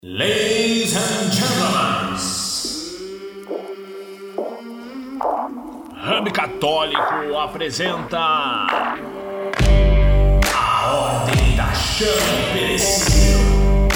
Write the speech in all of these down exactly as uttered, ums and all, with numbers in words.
Ladies and gentlemen, Hub Católico apresenta a Ordem da Chama Imperecível.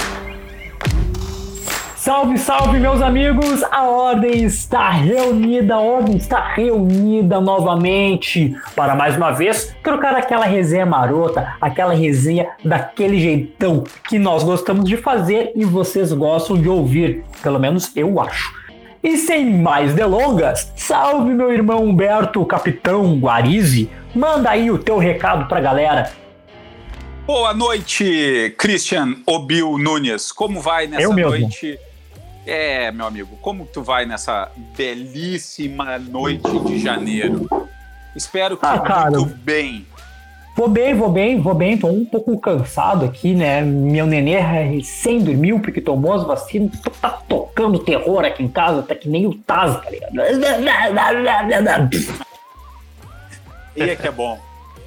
Salve, salve, meus amigos! A Ordem está reunida, a Ordem está reunida novamente para, mais uma vez, trocar aquela resenha marota, aquela resenha daquele jeitão que nós gostamos de fazer e vocês gostam de ouvir, pelo menos eu acho. E sem mais delongas, salve meu irmão Humberto, Capitão Guarizi, manda aí o teu recado pra galera. Boa noite, Christian Obil Nunes, como vai nessa noite? É, meu amigo, como tu vai nessa belíssima noite de janeiro? Espero que ah, cara, muito bem. Vou bem, vou bem, vou bem. Tô um pouco cansado aqui, né? Meu nenê recém dormiu porque tomou as vacinas. Tá tocando terror aqui em casa, tá que nem o Taz, tá ligado? E é que é bom.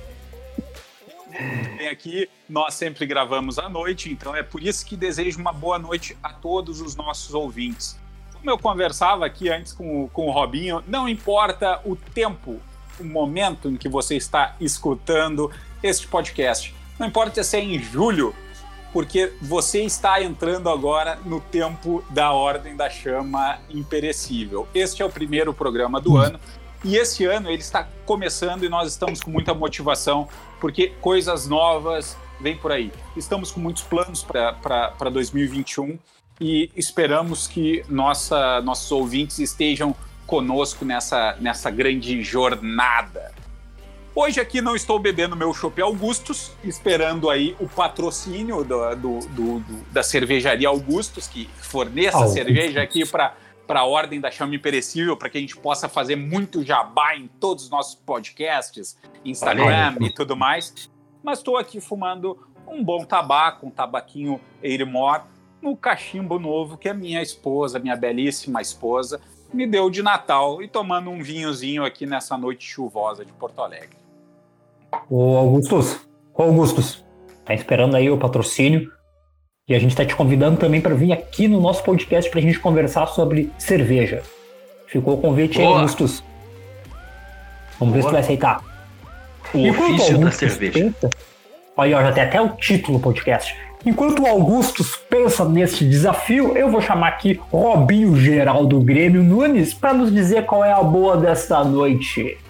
Bem, aqui nós sempre gravamos à noite, então é por isso que desejo uma boa noite a todos os nossos ouvintes. Como eu conversava aqui antes com, o, com o Robinho, não importa o tempo, o momento em que você está escutando este podcast, não importa se é em julho, porque você está entrando agora no tempo da Ordem da Chama Imperecível. Este é o primeiro programa do hum. ano. E esse ano ele está começando e nós estamos com muita motivação, porque coisas novas vêm por aí. Estamos com muitos planos para dois mil e vinte e um e esperamos que nossa, nossos ouvintes estejam conosco nessa, nessa grande jornada. Hoje aqui não estou bebendo meu chopp Augustus, esperando aí o patrocínio do, do, do, do, da cervejaria Augustus, que forneça a cerveja aqui para... para a Ordem da Chama Imperecível, para que a gente possa fazer muito jabá em todos os nossos podcasts, Instagram e tudo mais. Mas estou aqui fumando um bom tabaco, um tabaquinho Eirmore, no cachimbo novo que a minha esposa, minha belíssima esposa, me deu de Natal, e tomando um vinhozinho aqui nessa noite chuvosa de Porto Alegre. Ô Augustus, ô Augustus, tá esperando aí o patrocínio? E a gente está te convidando também para vir aqui no nosso podcast para a gente conversar sobre cerveja. Ficou o convite aí, Augustus. Vamos Boa. ver se tu vai aceitar. O Enquanto ofício Augustus da cerveja. Pensa, olha, ó, já tem até o título do podcast. Enquanto o Augustus pensa nesse desafio, eu vou chamar aqui Robinho Geral do Grêmio Nunes para nos dizer qual é a boa desta noite.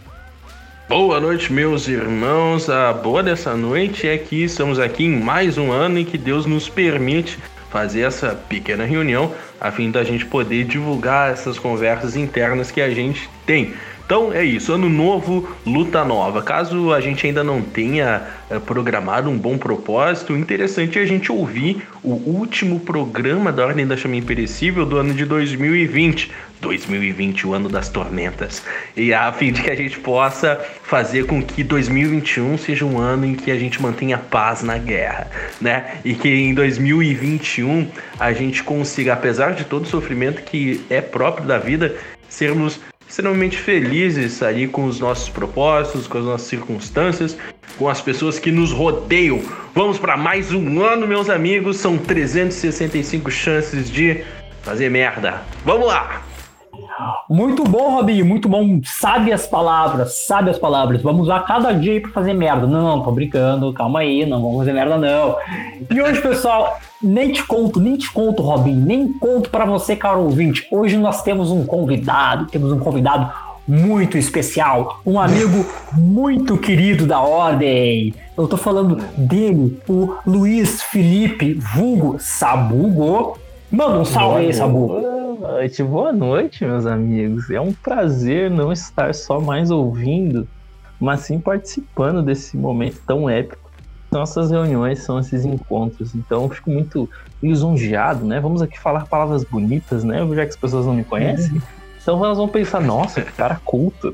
Boa noite, meus irmãos. A boa dessa noite é que estamos aqui em mais um ano em que Deus nos permite fazer essa pequena reunião a fim da gente poder divulgar essas conversas internas que a gente tem. Então é isso, ano novo, luta nova. Caso a gente ainda não tenha é, programado um bom propósito, interessante é a gente ouvir o último programa da Ordem da Chama Imperecível do ano de dois mil e vinte. dois mil e vinte, o ano das tormentas. E a fim de que a gente possa fazer com que dois mil e vinte e um seja um ano em que a gente mantenha paz na guerra, né? E que em dois mil e vinte e um a gente consiga, apesar de todo o sofrimento que é próprio da vida, sermos extremamente felizes ali com os nossos propósitos, com as nossas circunstâncias, com as pessoas que nos rodeiam. Vamos para mais um ano, meus amigos. São trezentas e sessenta e cinco chances de fazer merda. Vamos lá! Muito bom, Robinho, muito bom. Sabe as palavras, sabe as palavras. Vamos usar cada dia aí pra fazer merda. Não, não, tô brincando, calma aí, não vamos fazer merda não. E hoje, pessoal, nem te conto, nem te conto, Robinho, nem conto pra você, caro ouvinte. Hoje nós temos um convidado, temos um convidado muito especial, um amigo muito querido da Ordem. Eu tô falando dele, o Luiz Felipe Vulgo Sabugo. Manda um salve aí, Sabugo. Boa noite, boa noite, meus amigos. É um prazer não estar só mais ouvindo, mas sim participando desse momento tão épico. São essas reuniões, são esses encontros. Então eu fico muito lisonjeado, né? Vamos aqui falar palavras bonitas, né? Já que as pessoas não me conhecem. Uhum. Então elas vão pensar, nossa, que cara culto.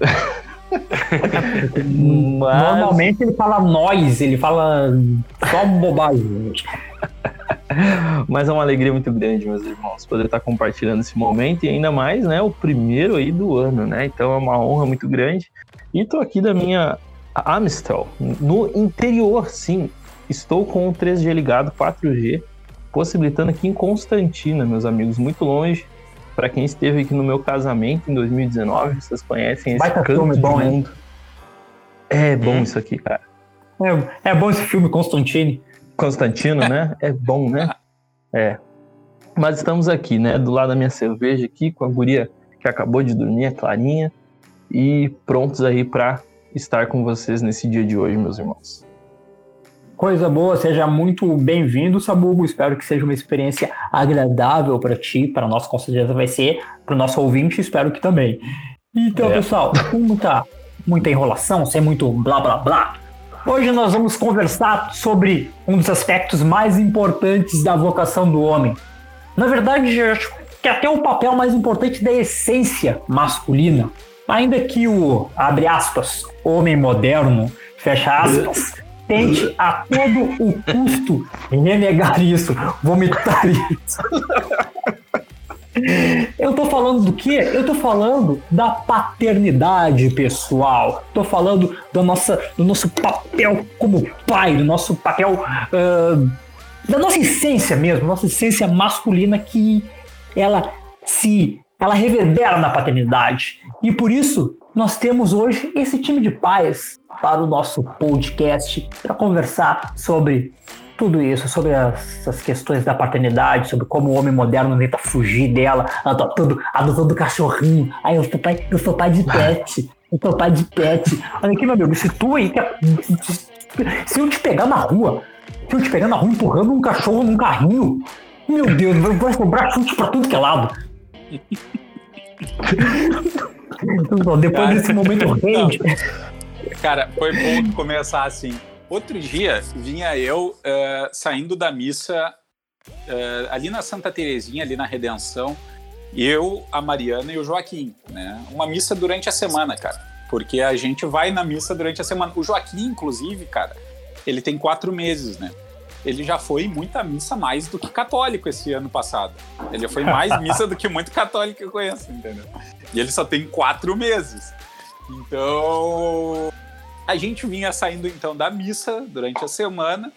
Mas... Normalmente ele fala nós, ele fala só bobagem. Mas é uma alegria muito grande, meus irmãos, poder estar compartilhando esse momento e ainda mais, né, o primeiro aí do ano, né? Então é uma honra muito grande. E tô aqui da minha Amistel, no interior, sim. Estou com o três G ligado, quatro G, possibilitando aqui em Constantina, meus amigos, muito longe. Para quem esteve aqui no meu casamento em dois mil e dezenove, vocês conhecem esse Baita canto filme de bom, hein? mundo. É bom isso aqui, cara. É, é bom esse filme, Constantine. Constantino, né? É bom, né? É. Mas estamos aqui, né? Do lado da minha cerveja aqui, com a guria que acabou de dormir, a Clarinha. E prontos aí para estar com vocês nesse dia de hoje, meus irmãos. Coisa boa, seja muito bem-vindo, Sabugo. Espero que seja uma experiência agradável para ti, para nós com certeza vai ser, para o nosso ouvinte, espero que também. Então, é. pessoal, com muita, muita enrolação, sem muito blá blá blá, hoje nós vamos conversar sobre um dos aspectos mais importantes da vocação do homem. Na verdade, eu acho que até o papel mais importante da essência masculina. Ainda que o, abre aspas, homem moderno, fecha aspas, tente a todo o custo renegar isso, vomitar isso. Eu tô falando do quê? Eu tô falando da paternidade, pessoal. Tô falando do, nossa, do nosso papel como pai, do nosso papel, uh, da nossa essência mesmo, nossa essência masculina, que ela se... ela reverbera na paternidade. E por isso, nós temos hoje esse time de pais para o nosso podcast, para conversar sobre tudo isso, sobre as, as questões da paternidade, sobre como o homem moderno tenta fugir dela, adotando, adotando cachorrinho. Aí eu sou pai, eu sou pai de pet, eu sou pai de pet. Olha aqui, meu amigo, se tu aí, se eu te pegar na rua, se eu te pegar na rua empurrando um cachorro num carrinho, meu Deus, vai sobrar chute pra tudo que é lado. Depois cara, desse momento rende. Cara, foi bom começar assim. Outro dia vinha eu uh, saindo da missa uh, ali na Santa Terezinha, ali na Redenção, eu, a Mariana e o Joaquim, né? Uma missa durante a semana, cara, porque a gente vai na missa durante a semana. O Joaquim, inclusive, cara, ele tem quatro meses, né? Ele já foi muita missa mais do que católico esse ano passado. Ele já foi mais missa do que muito católico que eu conheço, entendeu? E ele só tem quatro meses. Então, a gente vinha saindo, então, da missa durante a semana.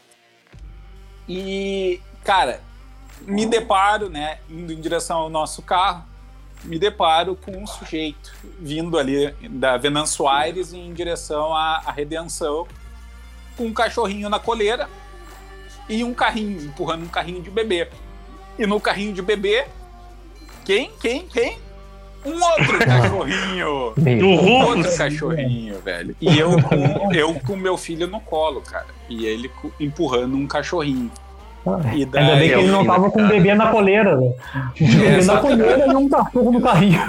E, cara, me deparo, né, indo em direção ao nosso carro, me deparo com um sujeito vindo ali da Venâncio Aires em direção à, à Redenção, com um cachorrinho na coleira, e um carrinho, empurrando um carrinho de bebê. E no carrinho de bebê, quem? Quem? Quem? Um outro cachorrinho. um outro cachorrinho, velho. E eu com, eu com meu filho no colo, cara. E ele empurrando um cachorrinho. E daí, ainda bem que ele não tava com um bebê na coleira, velho. Um bebê na coleira e um cachorro no carrinho.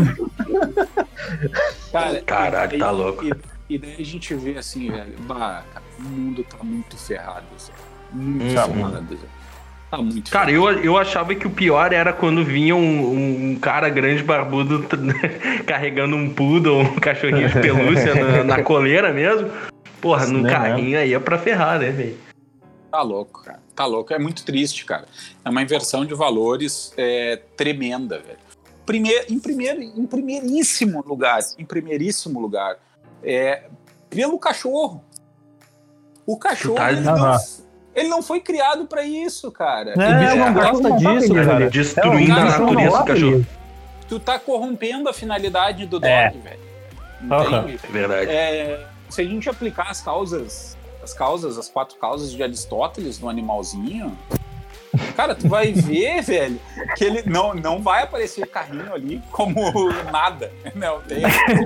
Cara, Caralho, tá louco. E, e daí a gente vê assim, velho, bah, cara, o mundo tá muito ferrado, velho. Muito hum, ferrado, tá muito cara, eu, eu achava que o pior era quando vinha um, um cara grande barbudo carregando um poodle, um cachorrinho de pelúcia na, na coleira mesmo. Porra, no carrinho aí é pra ferrar, né, velho? Tá louco, cara. Tá louco. É muito triste, cara. É uma inversão de valores é, tremenda, velho. Primeiro, em, primeiro, em primeiríssimo lugar, em primeiríssimo lugar, é, pelo cachorro. O cachorro... Tá... Ele não, Ele não foi criado pra isso, cara. Não, ele não gosta disso, cara. Destruindo a natureza do cachorro. Tu tá corrompendo a finalidade do dog, é. velho. Entende? Uhum. Verdade. É, se a gente aplicar as causas, as causas, as quatro causas de Aristóteles no animalzinho, cara, tu vai ver, velho, que ele não, não vai aparecer carrinho ali como nada. Não tem.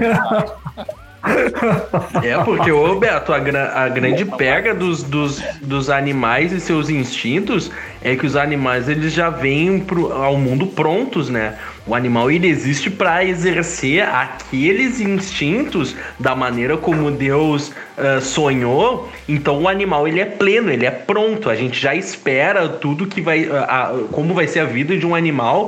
É, porque, ô Beto, a, gra- a grande pega dos, dos, dos animais e seus instintos é que os animais, eles já vêm pro, ao mundo prontos, né? O animal, ele existe para exercer aqueles instintos da maneira como Deus uh, sonhou. Então o animal, ele é pleno, ele é pronto. A gente já espera tudo que vai... Uh, uh, como vai ser a vida de um animal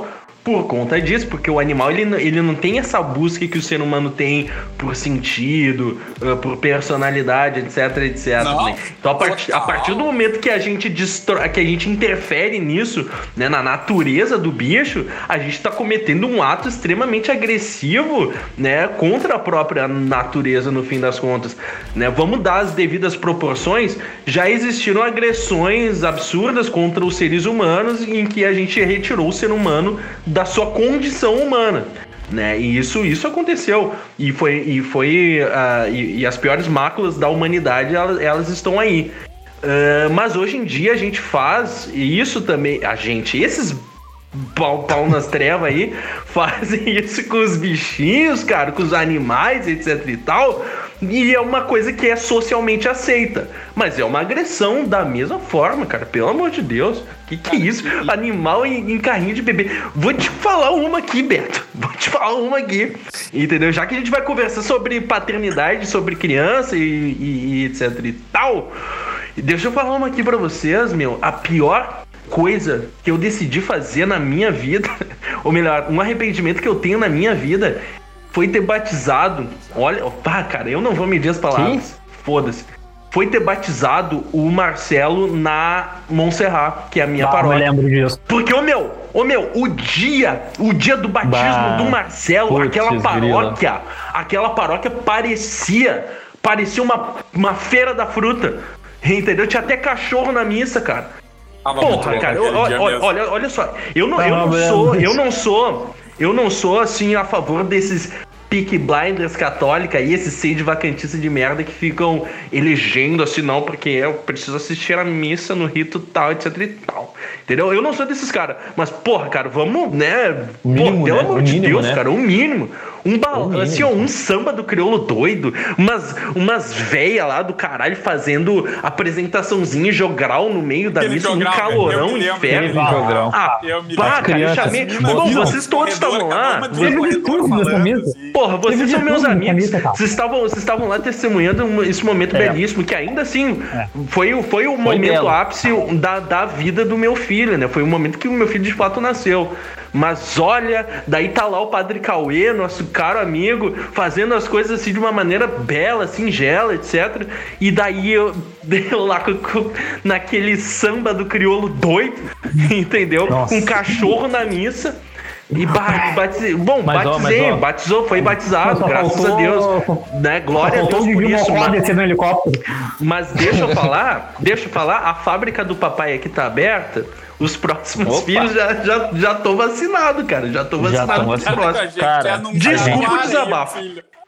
por conta disso, porque o animal ele, ele não tem essa busca que o ser humano tem por sentido, por personalidade, etc, etc. Não, né? Então a, part, a partir do momento que a gente destrói, que a gente interfere nisso, né, na natureza do bicho, a gente está cometendo um ato extremamente agressivo, né, contra a própria natureza no fim das contas, né? Vamos dar as devidas proporções. Já existiram agressões absurdas contra os seres humanos em que a gente retirou o ser humano da sua condição humana, né? E isso, isso aconteceu e foi, e, foi uh, e, e as piores máculas da humanidade elas, elas estão aí, uh, mas hoje em dia a gente faz e isso também, a gente, esses pau, pau nas trevas aí fazem isso com os bichinhos, cara, com os animais, etc e tal. E é uma coisa que é socialmente aceita. Mas é uma agressão da mesma forma, cara. Pelo amor de Deus. Que que é isso? Animal em, em carrinho de bebê. Vou te falar uma aqui, Beto. Vou te falar uma aqui. Entendeu? Já que a gente vai conversar sobre paternidade, sobre criança e, e, e etc e tal. Deixa eu falar uma aqui pra vocês, meu. A pior coisa que eu decidi fazer na minha vida, ou melhor, um arrependimento que eu tenho na minha vida, foi ter batizado, olha, pá, cara, eu não vou medir as palavras, foda-se. Foi ter batizado o Marcelo na Montserrat, que é a minha bah, paróquia. Eu lembro disso. Porque, ô meu, ô meu, o dia, o dia do batismo bah, do Marcelo, putz, aquela paróquia, grila. aquela paróquia parecia, parecia uma, uma feira da fruta, entendeu? Tinha até cachorro na missa, cara. Ah, Porra, cara, eu, olha, olha, olha só, eu não, eu não sou, eu não sou, eu não sou, assim, a favor desses Peaky Blinders católica e esses sede vacantista de merda que ficam elegendo assim, não, porque eu preciso assistir a missa no rito tal, etc e tal. Entendeu? Eu não sou desses caras. Mas, porra, cara, vamos, né? O mínimo, Pô, pelo né? amor o de mínimo, Deus, né? cara, o mínimo. Um, ba... o assim, ó, um samba do crioulo doido, umas, umas véia lá do caralho fazendo apresentaçãozinha jogral no meio da Aquele missa, um jogral, calorão, eu me inferno. lembro. Jogral. Ah, Eu me pá, cara, eu crianças. chamei. Meninas, Bom, meninas, vocês todos estavam lá. Teve de tudo nessa mesa. Porra, vocês Teve são de meus tudo nessa amigos. missa, cara. Vocês estavam, vocês estavam lá testemunhando um- esse momento É. belíssimo, que ainda assim É. foi, o- foi o Foi momento belo. ápice da, da vida do meu filho, né? Foi o momento que o meu filho de fato nasceu. Mas olha, daí tá lá o Padre Cauê, nosso caro amigo, fazendo as coisas assim de uma maneira bela, singela, etcétera. E daí eu, eu lá com- com- naquele samba do crioulo doido, entendeu? Nossa. Com um cachorro na missa. E ba- batizei. Bom, Mas, ó, batizei, mas, ó, batizou, foi batizado, só graças faltou- a Deus. Né? Glória a Faltou Deus o por Didi isso. Mocó Mas, descer no helicóptero. mas deixa eu falar, deixa eu falar, a fábrica do papai aqui tá aberta. Os próximos Opa. filhos já, já, já tô vacinado, cara. Já tô Já vacinado tão pros vacinado. próximos. Cara, desculpa o desabafo.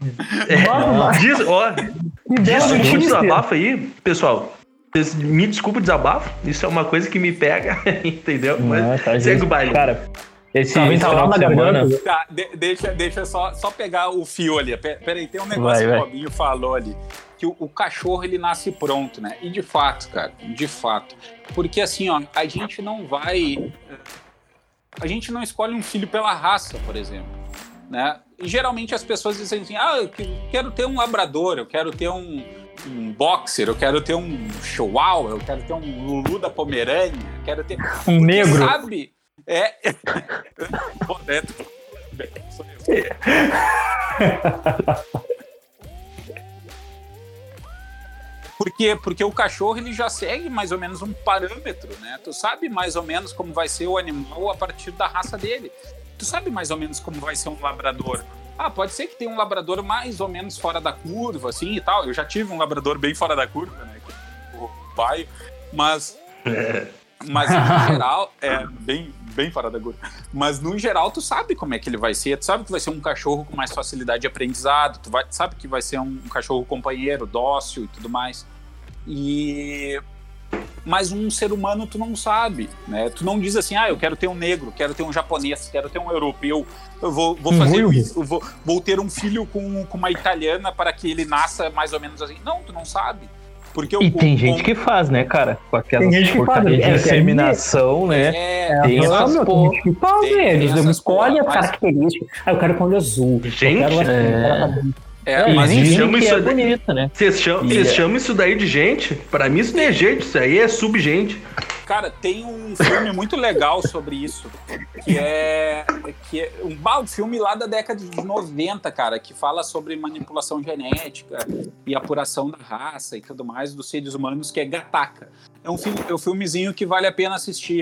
É, diz, ó, desculpa o desabafo aí, pessoal. Vocês- Me desculpa o desabafo. Isso é uma coisa que me pega, entendeu? Mas Não, tá segue justo. o baile. Cara, esse Tá, esse tá lá final na de semana... garganta. Tá, de- deixa, deixa só, só pegar o fio ali. Pe- Peraí, tem um negócio Vai, que vai. o Robinho falou ali. Que o, o cachorro, ele nasce pronto, né? E de fato, cara, de fato. Porque assim, ó, a gente não vai... A gente não escolhe um filho pela raça, por exemplo, né? E geralmente as pessoas dizem assim, ah, eu que- quero ter um labrador, eu quero ter um, um boxer, eu quero ter um chihuahua, eu quero ter um Lulu da Pomerânia, eu quero ter... Um Porque negro. sabe? É... Pô, Beto, Beto, sou eu. Porque, porque o cachorro ele já segue mais ou menos um parâmetro, né? Tu sabe mais ou menos como vai ser o animal a partir da raça dele. Tu sabe mais ou menos como vai ser um labrador. Ah, pode ser que tenha um labrador mais ou menos fora da curva, assim e tal. Eu já tive um labrador bem fora da curva, né? O baio, mas... Mas no geral, é bem, bem fora da curva. Mas no geral, tu sabe como é que ele vai ser. Tu sabe que vai ser um cachorro com mais facilidade de aprendizado. Tu vai, sabe que vai ser um cachorro companheiro, dócil e tudo mais. E... Mas um ser humano tu não sabe, né? Tu não diz assim, ah, eu quero ter um negro, quero ter um japonês, quero ter um europeu. Eu vou, vou fazer Ruivo. isso, eu vou, vou ter um filho com, com uma italiana para que ele nasça mais ou menos assim. Não, tu não sabe. Porque o, E tem o- gente o- que faz, né, cara? Com aquela Tem gente que faz, porcaria é, de inseminação, né? É, Tem É, essas meu, porra. tem gente que faz, Tem- né? tem Eles essas escolhem porra, as mas- características. Ah, eu quero com olho azul. Gente, eu quero assim, é. eu quero fazer- É, E mas dizem chama que isso é daí- bonita, né? Vocês chamam, E vocês é- chamam isso daí de gente? Pra mim isso não é gente, isso aí é subgente. cara, tem um filme muito legal sobre isso, que é, que é um, bah, um filme lá da década de noventa, cara, que fala sobre manipulação genética e apuração da raça e tudo mais dos seres humanos, que é Gattaca. É um, filme, é um filmezinho que vale a pena assistir,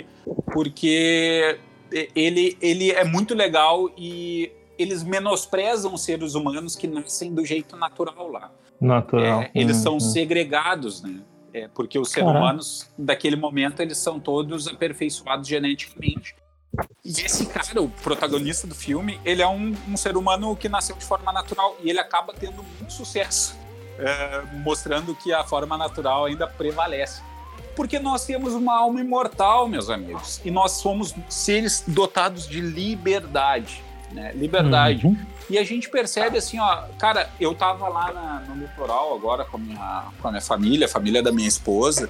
porque ele, ele é muito legal e eles menosprezam os seres humanos que nascem do jeito natural lá. Natural. É, eles Hum, são hum. segregados, né? É, porque os seres Caraca. humanos, daquele momento, eles são todos aperfeiçoados geneticamente. E esse cara, o protagonista do filme, ele é um, um ser humano que nasceu de forma natural e ele acaba tendo muito sucesso, é, mostrando que a forma natural ainda prevalece. Porque nós temos uma alma imortal, meus amigos, e nós somos seres dotados de liberdade, né? Liberdade. Uhum. E a gente percebe assim, ó, cara, eu tava lá na, no litoral agora com a, minha, com a minha família, a família da minha esposa,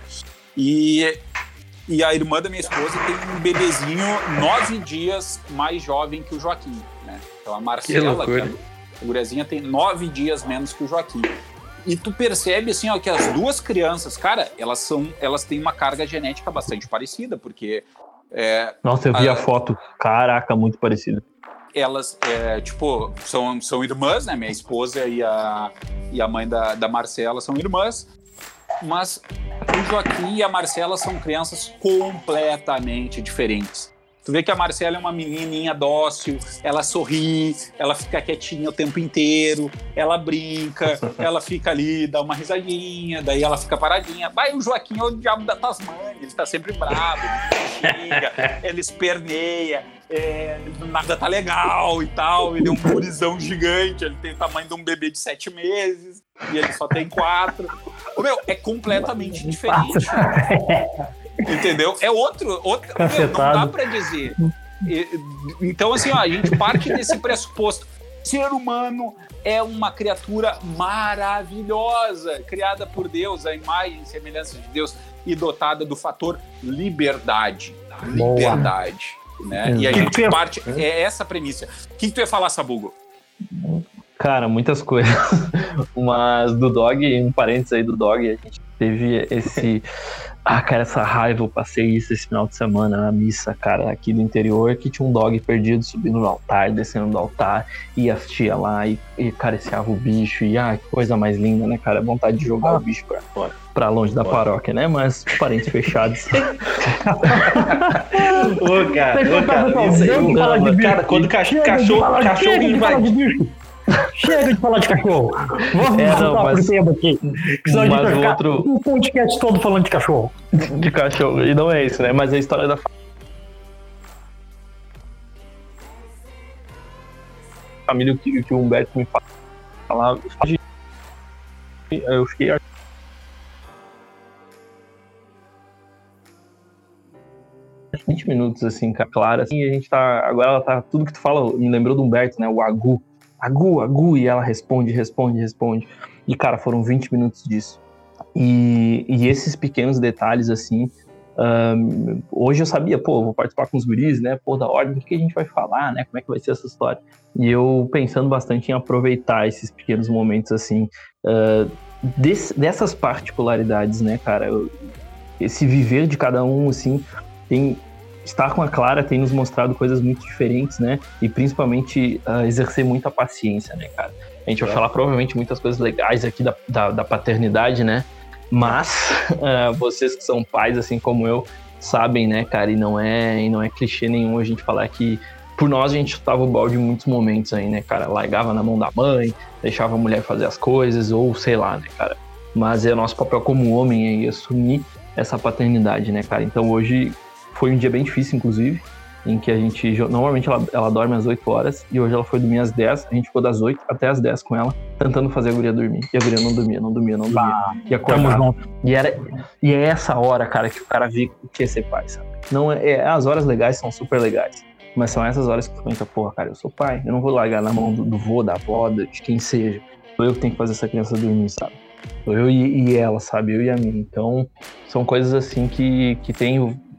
e, e a irmã da minha esposa tem um bebezinho nove dias mais jovem que o Joaquim, né? Então a Marcela, que, loucura. é a guriazinha, tem nove dias menos que o Joaquim. E tu percebe assim, ó, que as duas crianças, cara, elas são, elas têm uma carga genética bastante parecida, porque é, Nossa, eu vi a- a foto. Caraca, muito parecido. elas, é, tipo, são, são irmãs, né? Minha esposa e a, e a mãe da, da Marcela são irmãs, mas o Joaquim e a Marcela são crianças completamente diferentes. Tu vê que a Marcela é uma menininha dócil, ela sorri, ela fica quietinha o tempo inteiro, ela brinca, ela fica ali, dá uma risadinha, daí ela fica paradinha. Vai, o Joaquim é o diabo da Tasmânia, ele tá sempre bravo, ele xinga, ele esperneia, é, nada tá legal e tal, ele é um gurizão gigante, ele tem o tamanho de um bebê de sete meses e ele só tem quatro. Ô, meu, é completamente diferente. Entendeu? É outro, outro meu, não Cacetado. dá pra dizer. E- Então, assim, ó, a gente parte desse pressuposto. Ser humano é uma criatura maravilhosa, criada por Deus, a imagem e semelhança de Deus, e dotada do fator liberdade. Boa. Liberdade. Né? E a Exato. gente parte. É essa a premissa. O que, que tu ia falar, Sabugo? Cara, muitas coisas. Mas do dog, um parênteses aí do dog, a gente teve esse. Ah, cara, essa raiva, eu passei isso esse final de semana na missa, cara, aqui do interior, que tinha um dog perdido subindo no altar, descendo do altar, e as tia lá e, e acariciava o bicho, e ah, que coisa mais linda, né, cara? Vontade de jogar o bicho pra fora, pra longe da paróquia, né? Mas parentes fechados. Ô, cara, ô, cara, Pessoal, isso aí, vamos não, falar de bicho. cara, quando cach- Chega de cachorro, falar de- cachorro chega de falar de invade. bicho. Chega de falar de cachorro. Vamos É, não, voltar mas- pro tema aqui. Que senão a gente mas vai o ficar outro- um podcast todo falando de cachorro. De cachorro. E não é isso, né? Mas a história da família que, que o Humberto me falava. Eu fiquei. vinte minutos assim, com a Clara, assim, e a gente tá. Agora ela tá. Tudo que tu fala me lembrou do Humberto, né? O Agu. Agu, Agu, e ela responde, responde, responde. E, cara, foram vinte minutos disso. E, e esses pequenos detalhes, assim, um, hoje eu sabia, pô, vou participar com os guris, né, pô, da ordem, o que a gente vai falar, né, como é que vai ser essa história? E eu pensando bastante em aproveitar esses pequenos momentos, assim, uh, desse, dessas particularidades, né, cara, eu, esse viver de cada um, assim, tem... Estar com a Clara tem nos mostrado coisas muito diferentes, né, e principalmente uh, exercer muita paciência, né, cara. A gente vai falar provavelmente muitas coisas legais aqui da, da, da paternidade, né? Mas uh, vocês que são pais, assim como eu, sabem, né, cara? E não é, e não é clichê nenhum a gente falar que por nós a gente chutava o balde em muitos momentos aí, né, cara? Largava na mão da mãe, deixava a mulher fazer as coisas, ou sei lá, né, cara? Mas é nosso papel como homem aí assumir essa paternidade, né, cara? Então hoje foi um dia bem difícil, inclusive, em que a gente, normalmente ela, ela dorme às oito horas, e hoje ela foi dormir às dez, a gente ficou das oito até às dez com ela, tentando fazer a guria dormir, e a guria não dormia, não dormia, não dormia, Bah, e acordava. Tamo junto. E, era, e é essa hora, cara, que o cara vê o que é ser pai, sabe? Não é, é, as horas legais são super legais, mas são essas horas que tu pensa, porra, cara, eu sou pai, eu não vou largar na mão do, do vô, da avó, de quem seja, sou eu que tenho que fazer essa criança dormir, sabe? Sou eu e, e ela, sabe? Eu e a mim. Então, são coisas assim que, que tem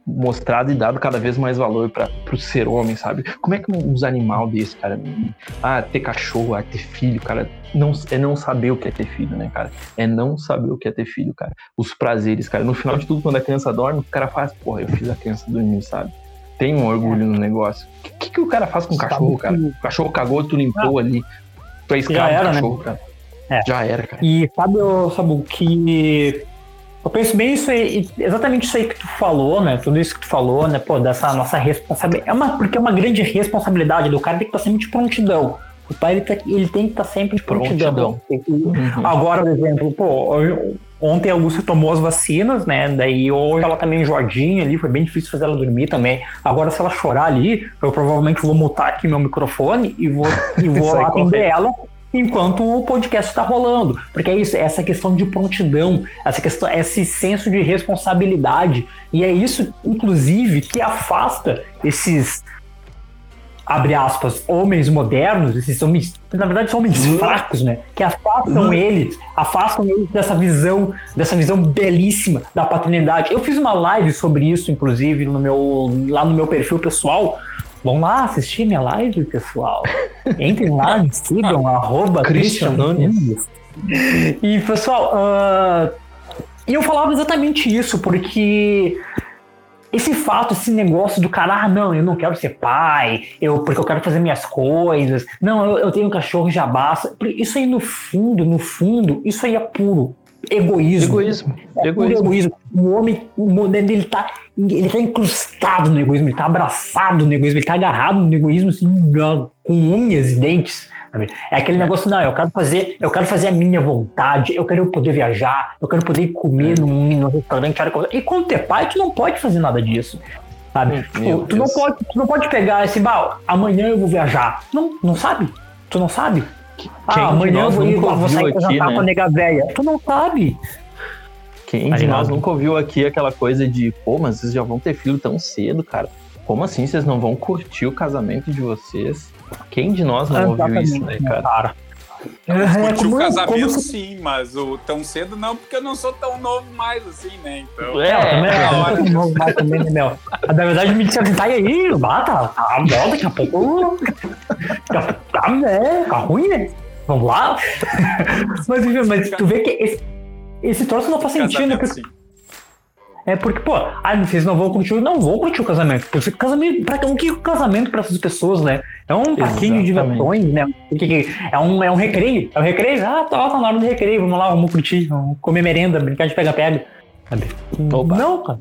mostrado e dado cada vez mais valor para o ser homem, sabe? Como é que uns animais desse, cara, ah, ter cachorro, ah, ter filho, cara, não, é não saber o que é ter filho, né, cara? É não saber o que é ter filho, cara. Os prazeres, cara. No final de tudo, quando a criança dorme, o cara faz, porra, eu fiz a criança dormir, sabe? Tem um orgulho no negócio. O que, que o cara faz com o cachorro, cara? O cachorro cagou, tu limpou ali. Tu é escravo do cachorro, né? Cara. É. Já era, cara. E sabe, sabe o que... Eu penso bem isso aí, exatamente isso aí que tu falou, né? Tudo isso que tu falou, né? Pô, dessa nossa responsabilidade. É uma, porque é uma grande responsabilidade do cara, tem que estar sempre de prontidão. O pai, ele, tá, ele tem que estar sempre de prontidão. prontidão. Uhum. Agora, por exemplo, pô, ontem a Lúcia tomou as vacinas, né? Daí hoje ela tá meio enjoadinha ali, foi bem difícil fazer ela dormir também. Agora, se ela chorar ali, eu provavelmente vou mutar aqui meu microfone e vou, e vou lá atender ela enquanto o podcast está rolando, porque é isso, é essa questão de prontidão, essa questão, esse senso de responsabilidade, e é isso, inclusive, que afasta esses, abre aspas, homens modernos, esses homens, na verdade são homens uhum. fracos, né, que afastam uhum. eles, afastam eles dessa visão, dessa visão belíssima da paternidade. Eu fiz uma live sobre isso, inclusive, no meu, lá no meu perfil pessoal. Vão lá assistir minha live, pessoal. Entrem lá, me sigam, arroba Christian Nunes. E, pessoal, uh, eu falava exatamente isso, porque esse fato, esse negócio do cara, ah, não, eu não quero ser pai, eu, porque eu quero fazer minhas coisas, não, eu, eu tenho um cachorro, já basta. Isso aí, no fundo, no fundo, isso aí é puro egoísmo. Egoísmo. É puro egoísmo. O homem, o moderno, ele tá, ele tá incrustado no egoísmo, ele tá abraçado no egoísmo, ele tá agarrado no egoísmo, assim, com unhas e dentes. Sabe? É aquele negócio, não, eu quero fazer, eu quero fazer a minha vontade, eu quero poder viajar, eu quero poder comer num, num restaurante. E quando tu é pai, tu não pode fazer nada disso. Sabe? Tu, tu, não pode, tu não pode pegar esse, bah, amanhã eu vou viajar. Não, não sabe? Tu não sabe? Ah, amanhã eu vou, ir, vou sair pra jantar, né, com a nega velha. Tu não sabe. Quem de nós nunca ouviu aqui aquela coisa de, pô, mas vocês já vão ter filho tão cedo, cara? Como assim vocês não vão curtir o casamento de vocês? Quem de nós não ouviu isso, né, cara? cara. É, curtir o casamento como... sim, mas o tão cedo não, porque eu não sou tão novo mais assim, né? Então, é, é, também, é, hora. Tão novo mais também, né, meu? Na verdade, me disseram, tá aí, bata, a moda daqui a pouco. Tá, né? Tá ruim, né? Vamos lá. Mas, mas tu vê que esse, esse troço não faz sentido, né? Porque... É porque, pô, ah, vocês não vão curtir, não vou curtir o casamento. Porque casamento, pra, o que é o casamento para essas pessoas, né? É um parquinho de diversões, né? É um, é um recreio. É um recreio, ah, tá, tá na hora do recreio, vamos lá, vamos curtir, vamos comer merenda, brincar de pega-pega. Não, cara.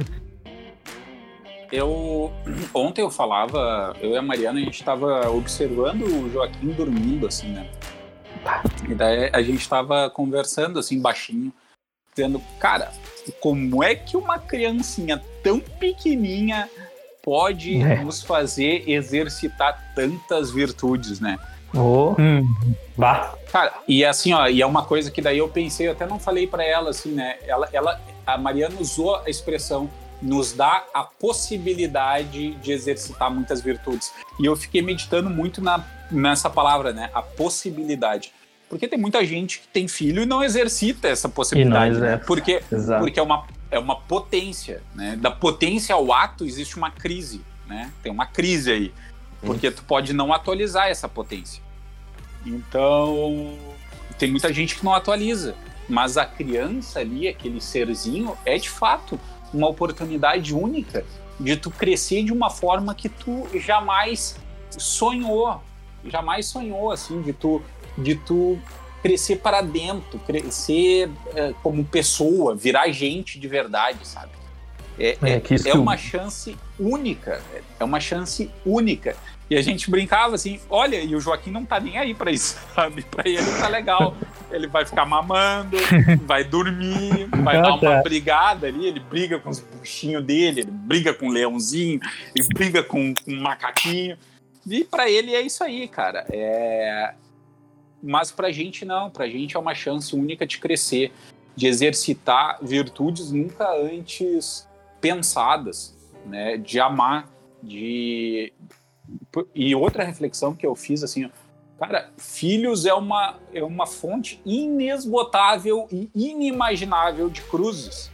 Eu, ontem eu falava, eu e a Mariana, a gente tava observando o Joaquim dormindo, assim, né? E daí a gente tava conversando, assim, baixinho, dizendo, cara, como é que uma criancinha tão pequenininha pode é. nos fazer exercitar tantas virtudes, né? Oh. Hum. Bah. Cara, e assim, ó, e é uma coisa que daí eu pensei, eu até não falei pra ela, assim, né? Ela, ela, a Mariana usou a expressão, nos dá a possibilidade de exercitar muitas virtudes. E eu fiquei meditando muito na, nessa palavra, né? A possibilidade. Porque tem muita gente que tem filho e não exercita essa possibilidade, né? Porque, porque é, uma, é uma potência, né? Da potência ao ato existe uma crise, né? Tem uma crise aí. Porque tu pode não atualizar essa potência. Então, tem muita gente que não atualiza. Mas a criança ali, aquele serzinho, é de fato uma oportunidade única de tu crescer de uma forma que tu jamais sonhou. Jamais sonhou, assim, de tu... de tu crescer para dentro, crescer é, como pessoa, virar gente de verdade, sabe? É, é, é, é uma chance única, é uma chance única. E a gente brincava assim, olha, e o Joaquim não tá nem aí para isso, sabe? Para ele tá legal, ele vai ficar mamando, vai dormir, vai dar uma brigada ali, ele briga com os buchinhos dele, ele briga com o leãozinho, ele briga com, com um macaquinho, e para ele é isso aí, cara, é... Mas pra gente não, pra gente é uma chance única de crescer, de exercitar virtudes nunca antes pensadas, né? De amar, de... E outra reflexão que eu fiz, assim, cara, filhos é uma, é uma fonte inesgotável e inimaginável de cruzes.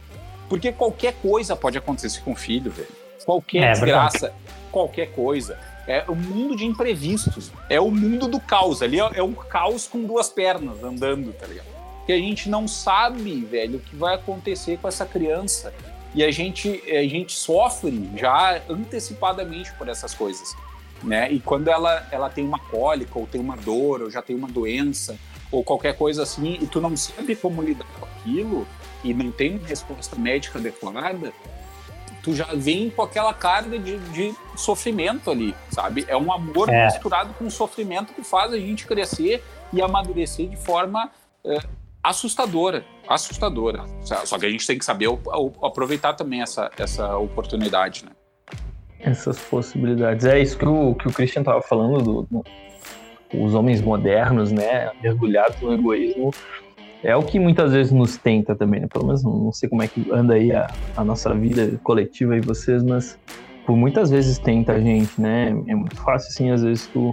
Porque qualquer coisa pode acontecer com o filho, velho. Qualquer É, desgraça, verdade. qualquer coisa. É o mundo de imprevistos. É o mundo do caos. Ali é, é um caos com duas pernas andando, tá ligado? Que a gente não sabe, velho, o que vai acontecer com essa criança. E a gente, a gente sofre já antecipadamente por essas coisas, né? E quando ela, ela tem uma cólica, ou tem uma dor, ou já tem uma doença, ou qualquer coisa assim, e tu não sabe como lidar com aquilo, e não tem resposta médica adequada, tu já vem com aquela carga de, de sofrimento ali, sabe? É um amor É. misturado com sofrimento que faz a gente crescer e amadurecer de forma é, assustadora, assustadora. Só que a gente tem que saber o, o, aproveitar também essa, essa oportunidade, né? Essas possibilidades. É isso que o, que o Christian tava falando, do, do- os homens modernos, né, mergulhados no egoísmo, é o que muitas vezes nos tenta também, né? Pelo menos não, não sei como é que anda aí a, a nossa vida coletiva e vocês, mas por muitas vezes tenta a gente, né? É muito fácil, assim, às vezes tu,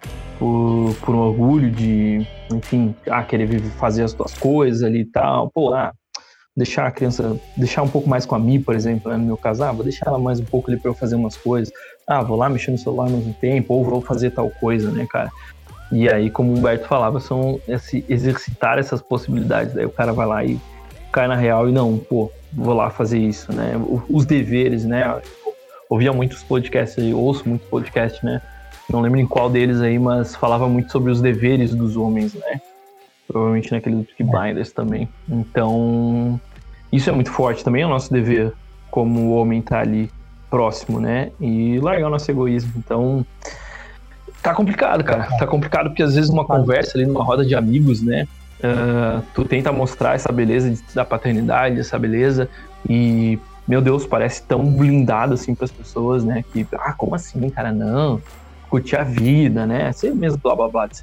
por, por um orgulho de, enfim, ah, querer viver- fazer as tuas coisas ali e tal, pô, ah, deixar a criança, deixar um pouco mais com a Mi, por exemplo, né, no meu caso, ah, vou deixar ela mais um pouco ali pra eu fazer umas coisas, ah, vou lá mexer no celular mais um tempo, ou vou fazer tal coisa, né, cara? E aí, como o Humberto falava, são esse, exercitar essas possibilidades, daí o cara vai lá e cai na real e não, pô, vou lá fazer isso, né, O- os deveres, né, eu ouvia muitos podcasts, eu ouço muitos podcasts, né, não lembro em qual deles aí, mas falava muito sobre os deveres dos homens, né, provavelmente naquele do Peaky Blinders também. Então, isso é muito forte também, é o nosso dever como o homem tá ali próximo, né? E largar o nosso egoísmo. Então, tá complicado, cara. Tá complicado porque às vezes numa conversa ali, numa roda de amigos, né? ah, tu tenta mostrar essa beleza de- da paternidade, essa beleza e, meu Deus, parece tão blindado assim pras pessoas, né? Que, ah, como assim, cara? Não, curtir a vida, né? Sei mesmo, blá, blá, blá. Assim.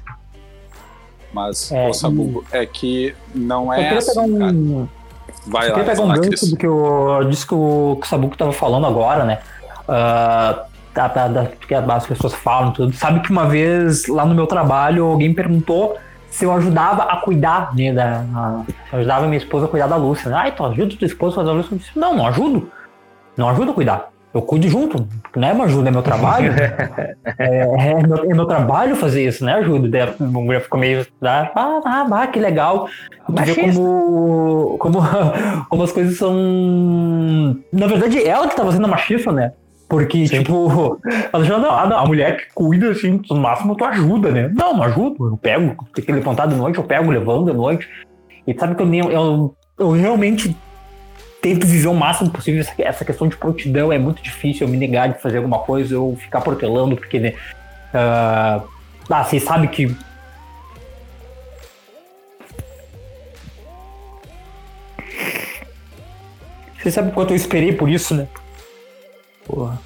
Mas, É, ô Sabugo, é que não Eu é queria pegar assim, cara. um, Vai Eu lá, queria pegar um vai lá, gancho Cris. do que o, disso que o, que o Sabuco estava falando agora, né? Ah, da, da, da- que as pessoas falam tudo. Sabe que uma vez lá no meu trabalho alguém perguntou se eu ajudava a cuidar, né, da, a, se eu ajudava minha esposa a cuidar da Lúcia. Ah, então ajuda tua esposa a fazer a Lúcia? Eu disse, não, não ajudo. Não ajudo a cuidar. Eu cuido junto. Não é uma ajuda, é meu trabalho. é, é, meu, é meu trabalho fazer isso, né? Ajuda. Daí a mulher ficou meio. Ah, ah, ah, que legal. Tu vê como, como, como as coisas são. Na verdade, ela que tá fazendo a machista, né? Porque, tipo, ela já não, ah, não, a mulher que cuida, assim, no máximo tu ajuda, né? Não, não ajudo. Eu pego, tem que levantar de noite, eu pego, levanto de noite. E sabe que eu, nem- eu, eu realmente tento viver o máximo possível essa, essa questão de prontidão. É muito difícil eu me negar de fazer alguma coisa, eu ficar protelando, porque, né? ah, ah, vocês sabem que. Vocês sabem quanto eu esperei por isso, né? Porra.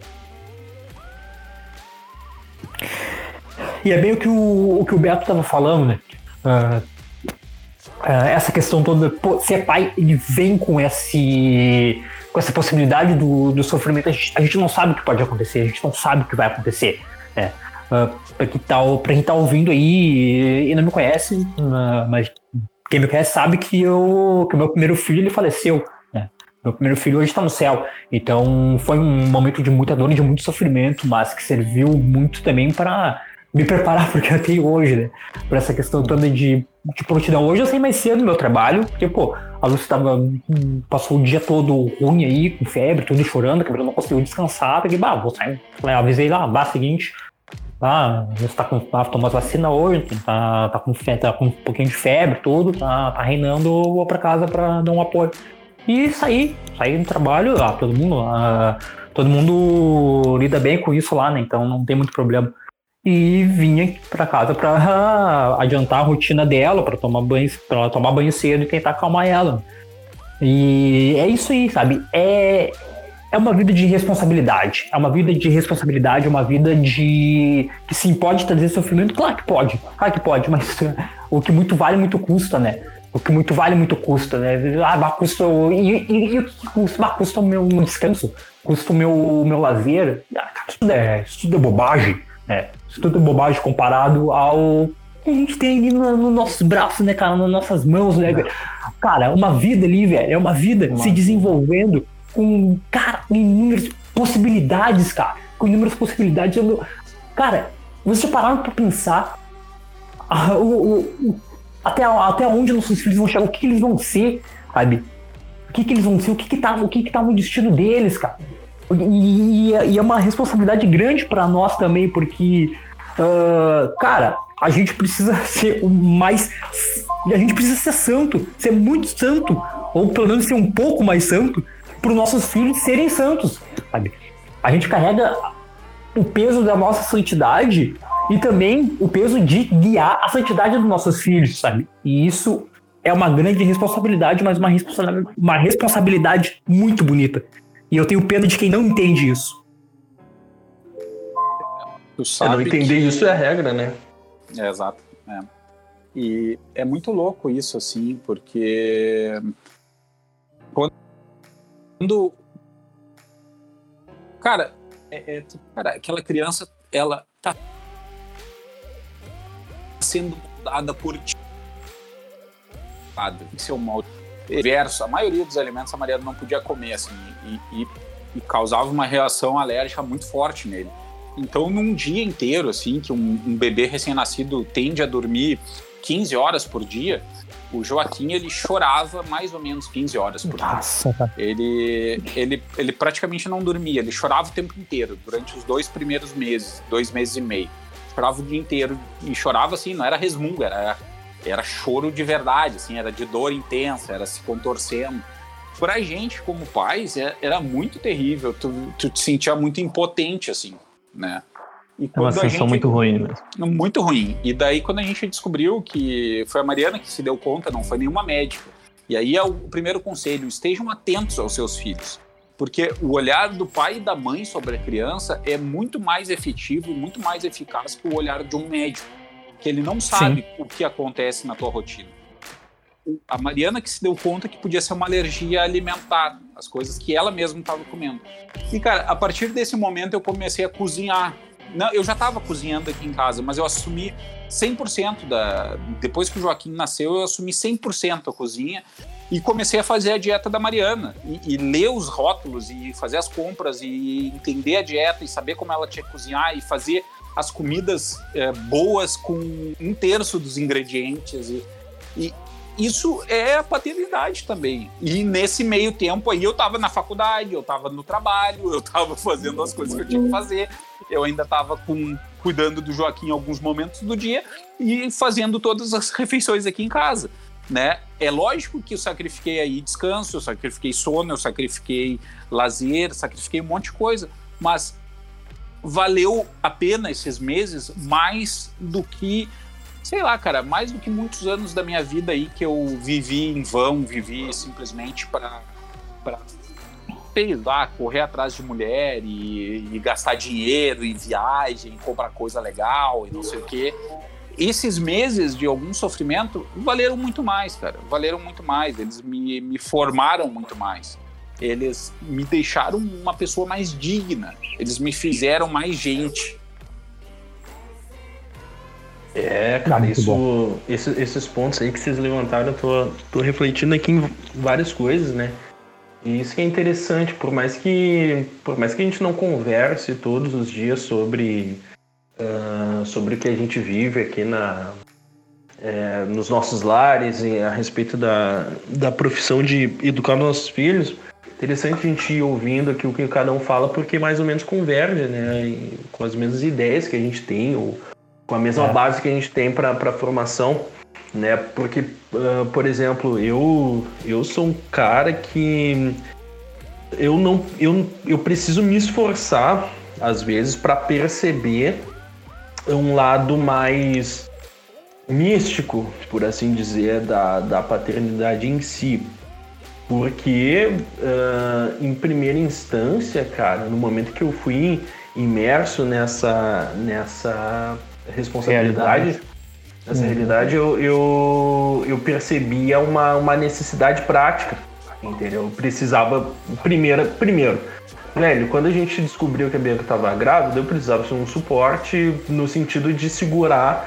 E é bem o que o, o, que o Beto tava falando, né? Ah, ah, essa questão toda, pô, ser pai, ele vem com esse com essa possibilidade do, do sofrimento. A gente, a gente não sabe o que pode acontecer, a gente não sabe o que vai acontecer, né? Ah, pra quem tá, pra quem tá ouvindo aí e, e não me conhece, ah, mas quem me conhece sabe que, eu, que o meu primeiro filho ele faleceu, né? Meu primeiro filho hoje está no céu. Então foi um momento de muita dor e de muito sofrimento, mas que serviu muito também para me preparar porque eu tenho hoje, né? Para essa questão toda de, de prontidão. Hoje eu saí mais cedo no meu trabalho, porque, pô, a Lúcia tava, hum, passou o dia todo ruim aí, com febre, tudo chorando, que eu não conseguiu descansar. Peguei, bah, vou sair. Falei, avisei lá, vá, seguinte. Ah, você tá com, tá tomando vacina hoje, tá, tá, com, fe- tá com um pouquinho de febre, tudo, tá, tá reinando, eu vou pra casa pra dar um apoio. E saí, saí do trabalho, ah, todo mundo, ah, todo mundo lida bem com isso lá, né? Então não tem muito problema. E vinha pra casa pra ah, adiantar a rotina dela, pra tomar banho, pra ela tomar banho cedo e tentar acalmar ela. E é isso aí, sabe? É, é uma vida de responsabilidade. É uma vida de responsabilidade, é uma vida de... que sim, pode trazer sofrimento? Claro que pode, claro que pode, mas o que muito vale, muito custa, né? O que muito vale, muito custa, né? Ah, bah, custa... E, e, e o que custa? Bah, custa o meu descanso, custa o meu, o meu lazer. Ah, cara, isso tudo é, isso tudo é bobagem, né? Isso tudo é bobagem comparado ao que a gente tem ali nos no nossos braços, né, cara? Nas nossas mãos, né, velho? Cara, uma vida ali, velho, é uma vida se desenvolvendo com, cara, inúmeras possibilidades, cara. Com inúmeras possibilidades. Eu, cara, vocês já pararam pra pensar ah, o, o, o, até, até onde nossos filhos vão chegar, o que, que eles vão ser, sabe? O que, que eles vão ser, o que, que tá, o que, que tá no destino deles, cara? E, e, e é uma responsabilidade grande pra nós também, porque, uh, cara, a gente precisa ser o mais. A gente precisa ser santo, ser muito santo, ou pelo menos ser um pouco mais santo, para os nossos filhos serem santos, sabe? A gente carrega o peso da nossa santidade e também o peso de guiar a santidade dos nossos filhos, sabe? E isso é uma grande responsabilidade, mas uma responsabilidade, uma responsabilidade muito bonita. E eu tenho pena de quem não entende isso. Tu sabe não entender que... isso é a regra, né? É, exato. É. E é muito louco isso, assim, porque quando... Cara, é, é, cara, aquela criança, ela tá sendo dada por ti. Isso é um mal diverso. A maioria dos alimentos a Mariana não podia comer, assim, e, e, e causava uma reação alérgica muito forte nele. Então, num dia inteiro, assim, que um, um bebê recém-nascido tende a dormir quinze horas por dia, o Joaquim, ele chorava mais ou menos quinze horas por dia. Nossa. Ele, ele, ele praticamente não dormia, ele chorava o tempo inteiro, durante os dois primeiros meses, dois meses e meio. Chorava o dia inteiro, e chorava assim, não era resmungo, era, era choro de verdade, assim, era de dor intensa, era se contorcendo. Pra gente, como pais, era muito terrível, tu, tu te sentia muito impotente, assim, né? E é uma sensação gente, muito ruim mesmo. Muito ruim. E daí, quando a gente descobriu que foi a Mariana que se deu conta, não foi nenhuma médica. E aí é o primeiro conselho: estejam atentos aos seus filhos. Porque o olhar do pai e da mãe sobre a criança é muito mais efetivo, muito mais eficaz que o olhar de um médico, que ele não sabe Sim. o que acontece na tua rotina. A Mariana que se deu conta que podia ser uma alergia alimentar, as coisas que ela mesma estava comendo. E, cara, a partir desse momento eu comecei a cozinhar. Não, eu já estava cozinhando aqui em casa, mas eu assumi cem por cento da... Depois que o Joaquim nasceu, eu assumi cem por cento a cozinha e comecei a fazer a dieta da Mariana. E, e ler os rótulos, e fazer as compras, e entender a dieta, e saber como ela tinha que cozinhar, e fazer as comidas é, boas com um terço dos ingredientes. E, e isso é a paternidade também. E nesse meio tempo aí eu estava na faculdade, eu estava no trabalho, eu estava fazendo as coisas que eu tinha que fazer. Eu ainda estava cuidando do Joaquim em alguns momentos do dia e fazendo todas as refeições aqui em casa, né? É lógico que eu sacrifiquei aí descanso, eu sacrifiquei sono, eu sacrifiquei lazer, sacrifiquei um monte de coisa, mas valeu a pena esses meses mais do que, sei lá, cara, mais do que muitos anos da minha vida aí que eu vivi em vão, vivi simplesmente para... para sei lá, correr atrás de mulher e, e gastar dinheiro em viagem, comprar coisa legal e não sei o quê. Esses meses de algum sofrimento valeram muito mais, cara. Valeram muito mais. Eles me, me formaram muito mais. Eles me deixaram uma pessoa mais digna. Eles me fizeram mais gente. É, cara, isso, esse, esses pontos aí que vocês levantaram, eu tô, tô refletindo aqui em várias coisas, né? E isso que é interessante, por mais que, por mais que a gente não converse todos os dias sobre, uh, sobre o que a gente vive aqui na, é, nos nossos lares e a respeito da, da profissão de educar nossos filhos, interessante a gente ir ouvindo aqui o que cada um fala, porque mais ou menos converge, né, e com as mesmas ideias que a gente tem, ou com a mesma é. base que a gente tem para a formação. Né? Porque, uh, por exemplo, eu, eu sou um cara que eu não eu, eu preciso me esforçar às vezes para perceber um lado mais místico, por assim dizer, da, da paternidade em si. Porque, uh, em primeira instância, cara, no momento que eu fui imerso nessa, nessa responsabilidade, Realidade. Nessa uhum. realidade, eu, eu, eu percebia uma, uma necessidade prática, entendeu? Eu precisava, primeiro, primeiro, velho, quando a gente descobriu que a Bianca estava grávida, eu precisava de um suporte no sentido de segurar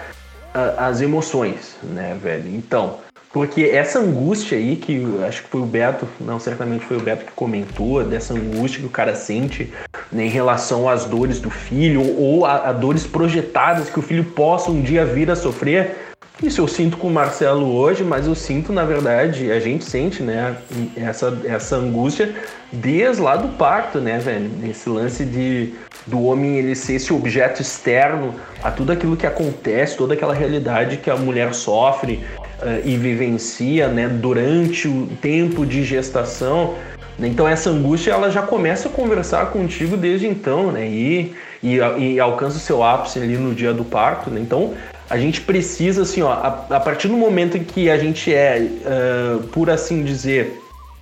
a, as emoções, né, velho? Então, porque essa angústia aí, que acho que foi o Beto, não, certamente foi o Beto que comentou, dessa angústia que o cara sente, né, em relação às dores do filho, ou a, a dores projetadas que o filho possa um dia vir a sofrer. Isso eu sinto com o Marcelo hoje, mas eu sinto, na verdade, a gente sente, né, essa, essa angústia desde lá do parto, né, velho? Esse lance de, do homem ele ser esse objeto externo a tudo aquilo que acontece, toda aquela realidade que a mulher sofre uh, e vivencia, né, durante o tempo de gestação. Então essa angústia ela já começa a conversar contigo desde então, né, e, e, e alcança o seu ápice ali no dia do parto, né? Então a gente precisa, assim, ó, a, a partir do momento em que a gente é, uh, por assim dizer,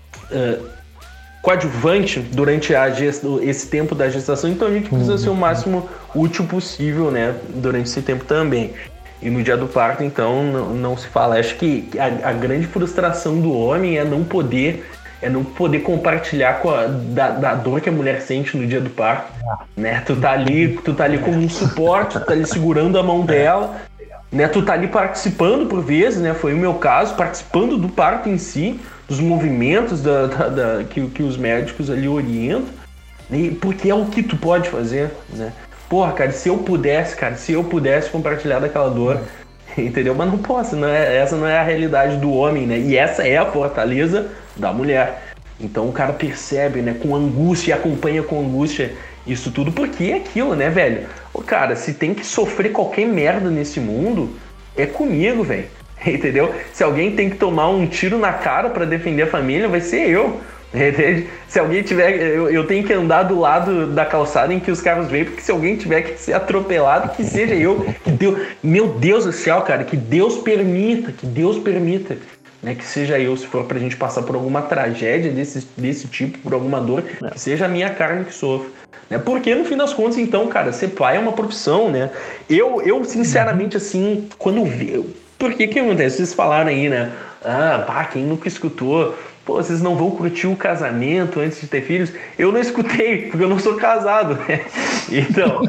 uh, coadjuvante durante a gest... esse tempo da gestação, então a gente precisa ser o máximo útil possível, né, durante esse tempo também. E no dia do parto, então, não, não se fala. Acho que a, a grande frustração do homem é não poder, é não poder compartilhar com a, da, da dor que a mulher sente no dia do parto, né? Tu tá ali, tu tá ali como um suporte, tu tá ali segurando a mão dela, né? Tu tá ali participando por vezes, né? Foi o meu caso, participando do parto em si, dos movimentos da, da, da, que, que os médicos ali orientam, né? Porque é o que tu pode fazer, né? Porra, cara, se eu pudesse, cara, se eu pudesse compartilhar daquela dor, entendeu? Mas não posso, não é, essa não é a realidade do homem, né? E essa é a fortaleza da mulher. Então o cara percebe, né, com angústia, e acompanha com angústia isso tudo, porque é aquilo, né, velho? Ô, cara, se tem que sofrer qualquer merda nesse mundo, é comigo, velho. Entendeu? Se alguém tem que tomar um tiro na cara pra defender a família, vai ser eu. Entende? Se alguém tiver, eu, eu tenho que andar do lado da calçada em que os carros vêm, porque se alguém tiver que ser atropelado, que seja eu. Que Deus, meu Deus do céu, cara, que Deus permita, que Deus permita, né, que seja eu, se for pra gente passar por alguma tragédia desse, desse tipo, por alguma dor, que seja a minha carne que sofre. Né? Porque no fim das contas, então, cara, ser pai é uma profissão, né? Eu, eu sinceramente, assim, quando vi. Por que que acontece? Vocês falaram aí, né? Ah, pá, quem nunca escutou? Pô, vocês não vão curtir o casamento antes de ter filhos? Eu não escutei, porque eu não sou casado, né? Então,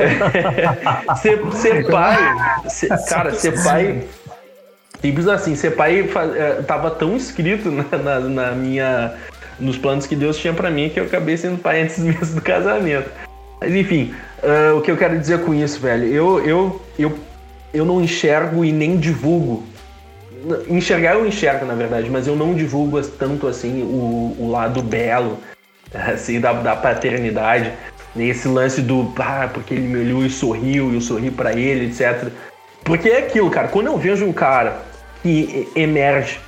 ser, ser pai, ser, cara, ser pai, simples assim, ser pai tava tão escrito na, na, na minha, nos planos que Deus tinha pra mim, que eu acabei sendo pai antes mesmo do casamento. Mas enfim, uh, o que eu quero dizer com isso, velho, eu, eu, eu, eu não enxergo e nem divulgo. Enxergar eu enxergo, na verdade, mas eu não divulgo tanto assim o, o lado belo assim, da, da paternidade, nesse lance do ah, porque ele me olhou e sorriu, e eu sorri pra ele, etcétera. Porque é aquilo, cara, quando eu vejo um cara que emerge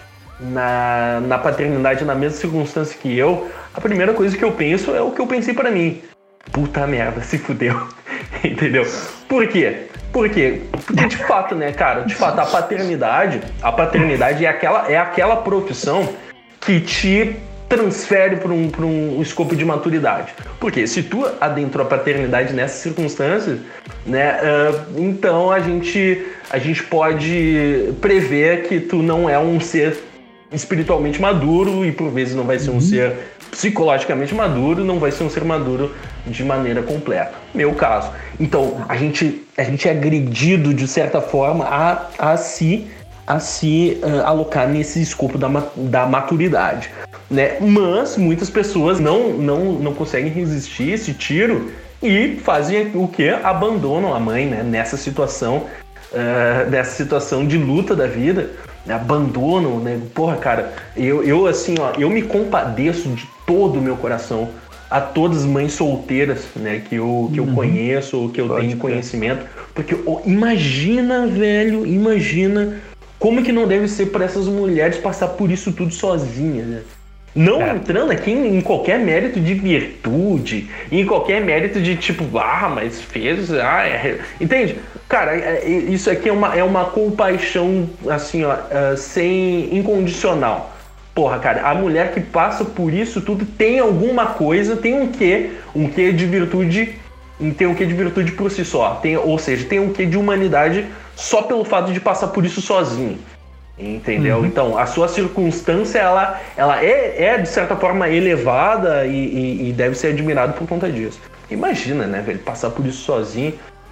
na, na paternidade na mesma circunstância que eu, a primeira coisa que eu penso é o que eu pensei pra mim. Puta merda, se fudeu. Entendeu? Por quê? Por quê? Porque de fato, né, cara, de fato, a paternidade, a paternidade é aquela, é aquela profissão que te transfere para um, para um escopo de maturidade. Porque se tu adentrou a paternidade nessas circunstâncias, né, uh, então a gente, a gente pode prever que tu não é um ser espiritualmente maduro e por vezes não vai ser um ser psicologicamente maduro, não vai ser um ser maduro de maneira completa. Meu caso. Então, a gente, a gente é agredido, de certa forma, a, a se, a se uh, alocar nesse escopo da, da maturidade. Né? Mas muitas pessoas não, não, não conseguem resistir esse tiro e fazem o quê? Abandonam a mãe, né? Nessa situação, uh, nessa situação de luta da vida. Abandonam, né? Porra, cara, eu, eu assim, ó, eu me compadeço de todo o meu coração a todas as mães solteiras, né, que eu, que eu uhum. conheço, ou que eu Pode tenho conhecimento, porque oh, imagina, velho, imagina como que não deve ser para essas mulheres passar por isso tudo sozinhas, né? Não é. entrando aqui em, em qualquer mérito de virtude, em qualquer mérito de tipo, ah, mas fez, ah, é... entende? Cara, é, isso aqui é uma, é uma compaixão, assim, ó, uh, sem incondicional. Porra, cara, a mulher que passa por isso tudo tem alguma coisa, tem um quê, um quê de virtude, tem um quê de virtude por si só, tem, ou seja, tem um quê de humanidade só pelo fato de passar por isso sozinho. Entendeu? Uhum. Então, a sua circunstância, ela, ela é, é, de certa forma, elevada e, e, e deve ser admirada por conta disso. Imagina, né, velho, passar por isso sozinho.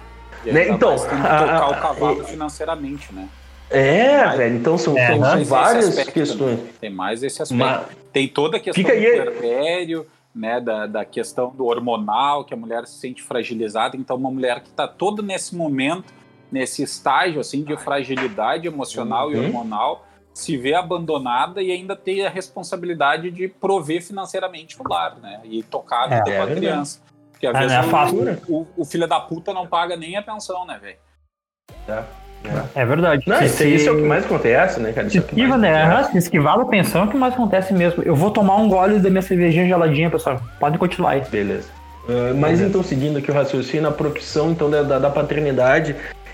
Né? Então, tem que a, tocar a, o cavalo a, financeiramente, né? É, Mas, velho, então são, é, são, são várias aspecto, questões. né? Tem mais esse aspecto. Mas, tem toda a questão do aí... puerpério, né, da, da questão do hormonal, que a mulher se sente fragilizada. Então, uma mulher que está toda nesse momento, nesse estágio assim, de fragilidade emocional uhum. e hormonal, se vê abandonada e ainda tem a responsabilidade de prover financeiramente o lar, né? E tocar a vida é, com a é criança. Porque às é, vezes é o, fácil, o, o, o filho da puta não paga nem a pensão, né, velho? É. É. é verdade. Não, isso, se... isso é o que mais acontece, né, cara? Se esquiva, né? Se esquivar da pensão é o que mais acontece mesmo. Eu vou tomar um gole da minha cervejinha geladinha, pessoal. Pode continuar aí. Beleza. Uh, mas então, seguindo aqui o raciocínio, a profissão então, da, da paternidade,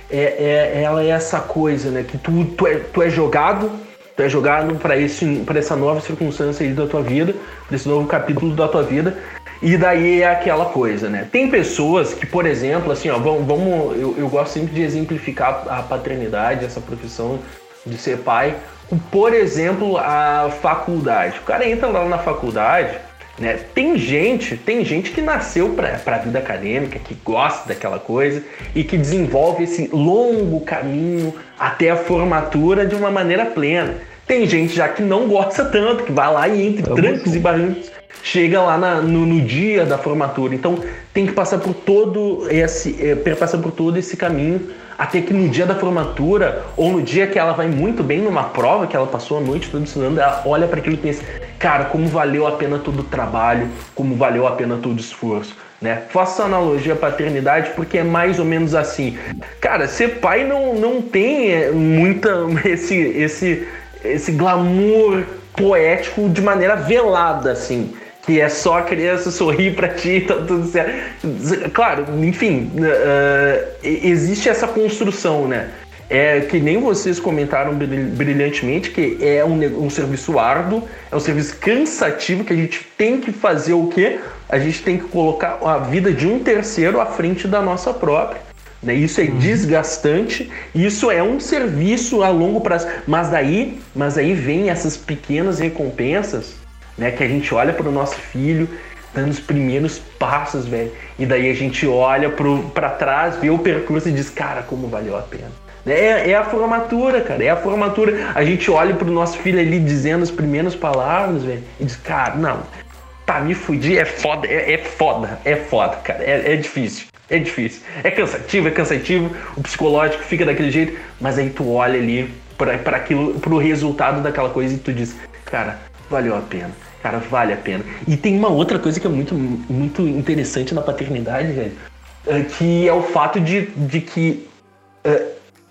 é, é, ela é essa coisa, né? Que tu, tu, é, tu é jogado, tu é jogado para essa nova circunstância aí da tua vida, para esse novo capítulo da tua vida. E daí é aquela coisa, né? Tem pessoas que, por exemplo, assim, ó, vamos, vamos eu, eu gosto sempre de exemplificar a paternidade, essa profissão de ser pai, com, por exemplo, a faculdade. O cara entra lá na faculdade, né? Tem gente, tem gente que nasceu para a vida acadêmica, que gosta daquela coisa e que desenvolve esse longo caminho até a formatura de uma maneira plena. Tem gente já que não gosta tanto, que vai lá e entre eu trancos vou... e barrancos chega lá na, no, no dia da formatura. Então tem que passar por todo esse é, passar por todo esse caminho até que no dia da formatura ou no dia que ela vai muito bem numa prova que ela passou a noite toda estudando, ela olha para aquilo e pensa, cara, como valeu a pena todo o trabalho, como valeu a pena todo o esforço, né? Faço essa analogia à paternidade porque é mais ou menos assim. Cara, ser pai não, não tem muita esse, esse, esse glamour poético de maneira velada, assim, que é só a criança sorrir pra ti, tá tudo certo. Claro, enfim, uh, existe essa construção, né? É que nem vocês comentaram brilhantemente, que é um, um serviço árduo, é um serviço cansativo, que a gente tem que fazer o quê? A gente tem que colocar a vida de um terceiro à frente da nossa própria. Né? Isso é desgastante, isso é um serviço a longo prazo. Mas daí, mas daí vem essas pequenas recompensas, né, que a gente olha para o nosso filho dando os primeiros passos, velho, e daí a gente olha para trás, vê o percurso e diz, cara, como valeu a pena. É, é a formatura, cara, é a formatura. A gente olha pro nosso filho ali dizendo as primeiras palavras, velho, e diz, cara, não, tá, me fudi, é foda, é, é foda, é foda, cara, é, é difícil, é difícil. É cansativo, é cansativo, o psicológico fica daquele jeito, mas aí tu olha ali para aquilo, pro resultado daquela coisa e tu diz, cara, valeu a pena, cara, vale a pena. E tem uma outra coisa que é muito, muito interessante na paternidade, velho, que é o fato de, de que uh,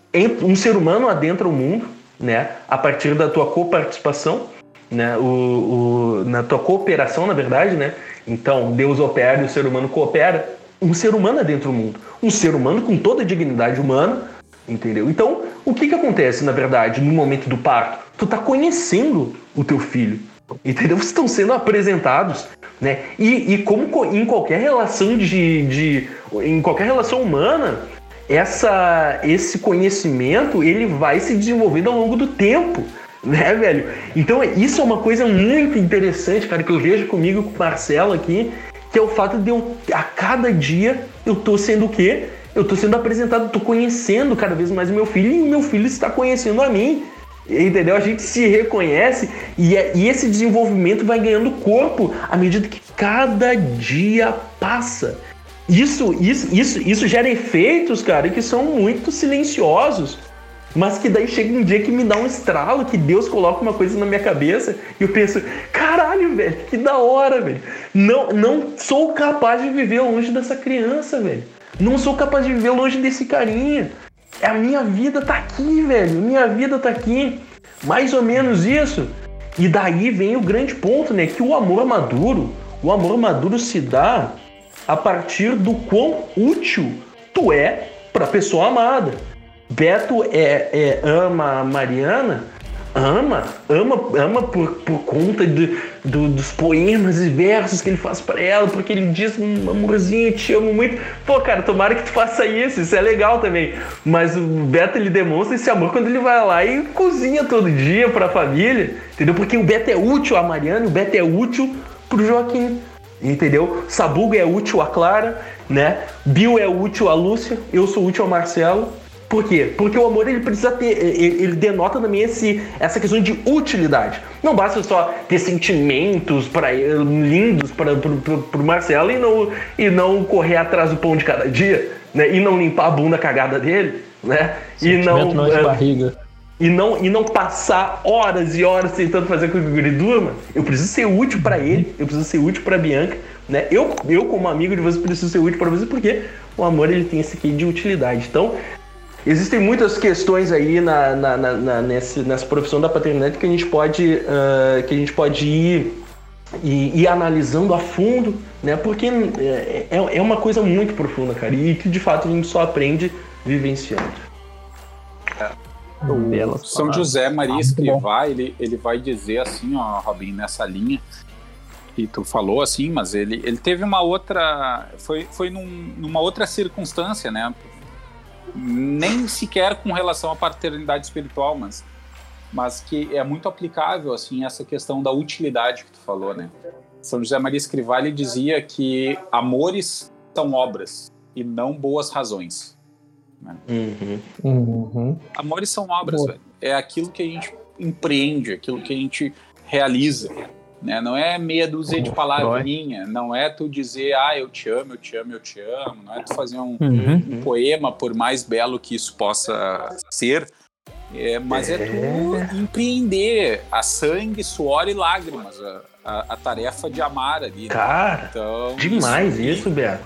um ser humano adentra o mundo, né, a partir da tua coparticipação, né, o, o, na tua cooperação, na verdade, né, então Deus opera e o ser humano coopera, um ser humano adentra o mundo, um ser humano com toda a dignidade humana, entendeu? Então, o que que acontece, na verdade, no momento do parto? Tu tá conhecendo o teu filho, entendeu? Vocês estão sendo apresentados, né? E, e como em qualquer relação de, de em qualquer relação humana, essa, esse conhecimento ele vai se desenvolvendo ao longo do tempo, né, velho? Então isso é uma coisa muito interessante, cara, que eu vejo comigo, com o Marcelo aqui, que é o fato de eu, a cada dia, eu tô sendo o quê? Eu tô sendo apresentado, tô conhecendo cada vez mais o meu filho e o meu filho está conhecendo a mim. Entendeu? A gente se reconhece e, é, e esse desenvolvimento vai ganhando corpo à medida que cada dia passa. Isso, isso, isso, isso gera efeitos, cara, que são muito silenciosos, mas que daí chega um dia que me dá um estralo, que Deus coloca uma coisa na minha cabeça e eu penso, caralho, velho, que da hora, velho. Não, não sou capaz de viver longe dessa criança, velho. Não sou capaz de viver longe desse carinha. A minha vida tá aqui, velho. Minha vida tá aqui. Mais ou menos isso. E daí vem o grande ponto, né? Que o amor maduro, o amor maduro se dá a partir do quão útil tu é pra pessoa amada. Beto é, é, ama a Mariana, ama, ama, ama por, por conta de, do, dos poemas e versos que ele faz pra ela, porque ele diz, amorzinho, eu te amo muito. Pô, cara, tomara que tu faça isso, isso é legal também. Mas o Beto, ele demonstra esse amor quando ele vai lá e cozinha todo dia pra família, entendeu? Porque o Beto é útil a Mariana, o Beto é útil pro Joaquim. entendeu? Sabugo é útil a Clara, né? Bill é útil a Lúcia, eu sou útil ao Marcelo. Por quê? Porque o amor, ele precisa ter, ele, ele denota também esse, essa questão de utilidade. Não basta só ter sentimentos pra, lindos para o Marcelo e não, e não correr atrás do pão de cada dia, né? E não limpar a bunda cagada dele, né? E não, não de barriga. E não, e não passar horas e horas tentando fazer com que ele durma. Eu preciso ser útil para ele, eu preciso ser útil para Bianca, né? Eu, eu, como amigo de vocês, preciso ser útil para vocês, porque o amor, ele tem esse quê de utilidade. Então, existem muitas questões aí na, na, na, na, nessa, nessa profissão da paternidade que a gente pode, uh, que a gente pode ir, ir, ir analisando a fundo, né? Porque é, é uma coisa muito profunda, cara, e que de fato a gente só aprende vivenciando. O São José Maria Escrivá, ele, ele vai dizer assim, ó, Robin, nessa linha que tu falou, assim, mas ele, ele teve uma outra, foi, foi num, numa outra circunstância, né? Nem sequer com relação à paternidade espiritual, mas, mas que é muito aplicável, assim, essa questão da utilidade que tu falou, né? São José Maria Escrivá, ele dizia que amores são obras e não boas razões. Né? Uhum. Uhum. Amores são obras, velho. É aquilo que a gente empreende, aquilo que a gente realiza, né? Não é meia dúzia de palavrinha, não é tu dizer, ah, eu te amo, eu te amo, eu te amo, não é tu fazer um, Uhum. um poema, por mais belo que isso possa ser, é, mas é. é tu empreender a sangue, suor e lágrimas, a, a, a tarefa de amar ali. Cara, né? Então, demais isso, isso Beto.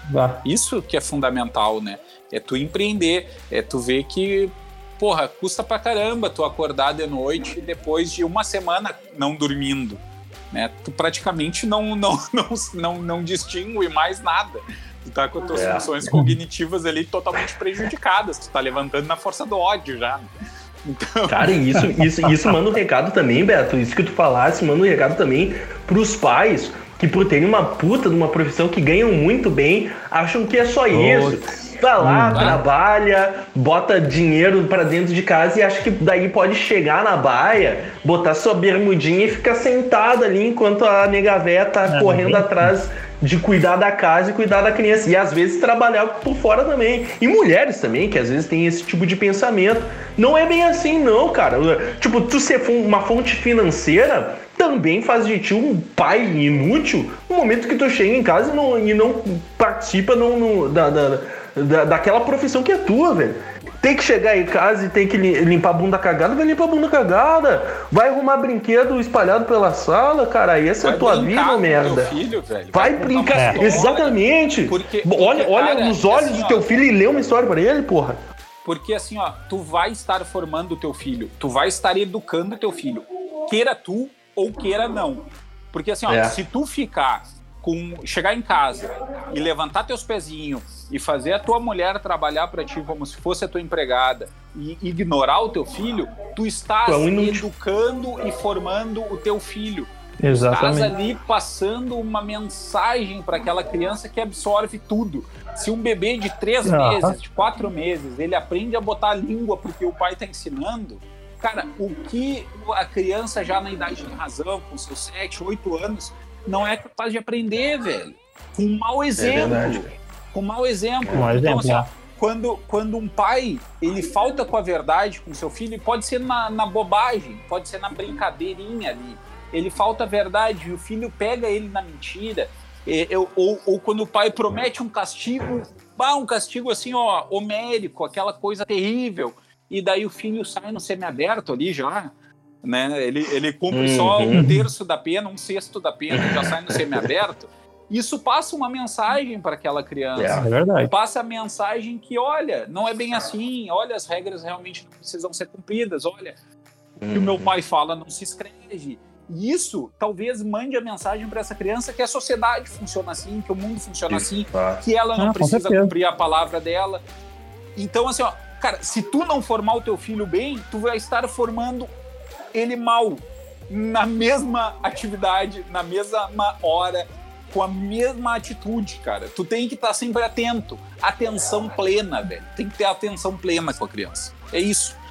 Isso que é fundamental, né? É tu empreender, é tu ver que, porra, custa pra caramba tu acordar de noite depois de uma semana não dormindo, né? Tu praticamente não, não, não, não, não distingue mais nada. Tu tá com as tuas é. funções cognitivas ali totalmente prejudicadas, tu tá levantando na força do ódio já. Então... Cara, isso, isso, isso manda um recado também, Beto, isso que tu falasse, manda um recado também pros pais que por terem uma puta de uma profissão que ganham muito bem, acham que é só isso. Vai lá, hum, trabalha, bota dinheiro pra dentro de casa e acha que daí pode chegar na baia, botar sua bermudinha e ficar sentado ali enquanto a nega véia tá é, correndo é. atrás de cuidar da casa e cuidar da criança. E às vezes trabalhar por fora também. E mulheres também, que às vezes tem esse tipo de pensamento. Não é bem assim não, cara. Tipo, tu ser uma fonte financeira também faz de ti um pai inútil no momento que tu chega em casa e não, e não participa no, no, da, da, da, daquela profissão que é tua, velho. Tem que chegar em casa e tem que limpar a bunda cagada, vai limpar a bunda cagada. Vai arrumar brinquedo espalhado pela sala, cara. Essa vai é a tua vida, merda. Filho, velho. Vai, vai brincar. É. Exatamente. Porque, porque, olha olha cara, nos olhos assim, do teu ó, filho e lê uma história pra ele, porra. Porque assim, ó, tu vai estar formando o teu filho, tu vai estar educando o teu filho. Queira tu ou queira não. Porque assim, ó, é. se tu ficar com... chegar em casa e levantar teus pezinhos e fazer a tua mulher trabalhar pra ti como se fosse a tua empregada e ignorar o teu filho, tu estás tu é educando e formando o teu filho. Exatamente. Estás ali passando uma mensagem para aquela criança que absorve tudo. Se um bebê de três uhum. meses, de quatro meses, ele aprende a botar a língua porque o pai tá ensinando, cara, o que a criança já na idade de razão, com seus sete, oito anos, não é capaz de aprender, velho. Com um mau exemplo. É com um mau exemplo. Um então, exemplo, assim, quando, quando um pai, ele falta com a verdade com seu filho, pode ser na, na bobagem, pode ser na brincadeirinha ali. Ele falta a verdade e o filho pega ele na mentira. E, eu, ou, ou quando o pai promete um castigo, bah, um castigo assim, ó, homérico, aquela coisa terrível. E daí o filho sai no semiaberto ali já, né? Ele, ele cumpre uhum. só um terço da pena, um sexto da pena, já sai no semiaberto. Isso passa uma mensagem para aquela criança. É verdade. Passa a mensagem que, olha, não é bem assim, olha, as regras realmente não precisam ser cumpridas, olha, o que o meu pai fala não se escreve. E isso talvez mande a mensagem para essa criança que a sociedade funciona assim, que o mundo funciona assim, que ela não ah, precisa cumprir a palavra dela. Então, assim, ó, cara, se tu não formar o teu filho bem, tu vai estar formando ele mal, na mesma atividade, na mesma hora, com a mesma atitude, cara. Tu tem que estar sempre atento. Atenção plena, velho. Tem que ter atenção plena com a criança. É isso.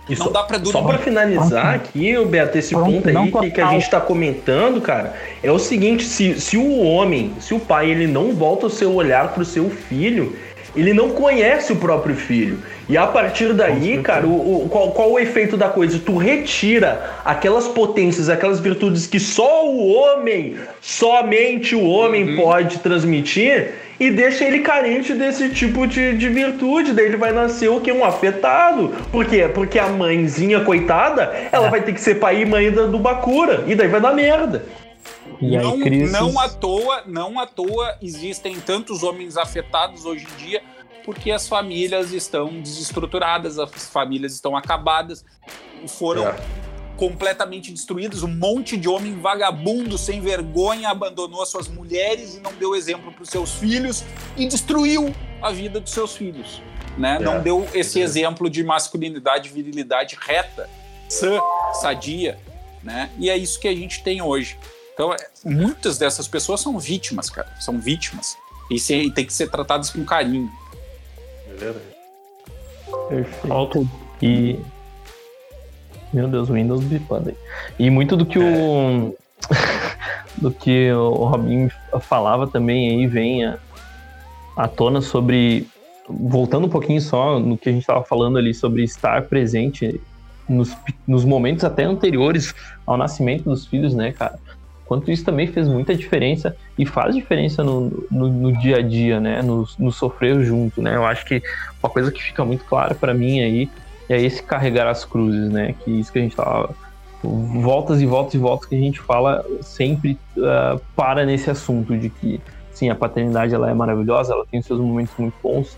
E não só, dá pra dormir. Só pra finalizar aqui, Beto, esse Pronto, ponto não aí que, que a total. gente tá comentando, cara, é o seguinte, se, se o homem, se o pai, ele não volta o seu olhar pro seu filho, ele não conhece o próprio filho. E a partir daí, cara, o, o, qual, qual o efeito da coisa? Tu retira aquelas potências, aquelas virtudes que só o homem, somente o homem uhum. pode transmitir, e deixa ele carente desse tipo de, de virtude. Daí ele vai nascer o quê? Um afetado. Por quê? Porque a mãezinha, coitada, ela é. vai ter que ser pai e mãe do Bakura. E daí vai dar merda. E não, aí, crises... não, à toa, não à toa existem tantos homens afetados hoje em dia, porque as famílias estão desestruturadas, as famílias estão acabadas, foram é. completamente destruídas. Um monte de homem vagabundo, sem vergonha, abandonou as suas mulheres e não deu exemplo para os seus filhos e destruiu a vida dos seus filhos, né? É. Não deu esse é. exemplo de masculinidade, virilidade reta, sã, sadia, né? E é isso que a gente tem hoje. Então, muitas dessas pessoas são vítimas, cara. São vítimas. E, se, e tem que ser tratadas com carinho. É verdade. Perfeito. E... Meu Deus, o Windows bipando aí. E muito do que o... do que o Robinho falava também aí vem à, à tona sobre... Voltando um pouquinho só no que a gente estava falando ali sobre estar presente nos, nos momentos até anteriores ao nascimento dos filhos, né, cara? Quanto isso também fez muita diferença e faz diferença no, no, no dia a dia, né? No, no sofrer junto, né? Eu acho que uma coisa que fica muito clara para mim aí é esse carregar as cruzes, né? Que isso que a gente tava... Voltas e voltas e voltas que a gente fala sempre uh, para nesse assunto de que, sim, a paternidade ela é maravilhosa, ela tem os seus momentos muito bons,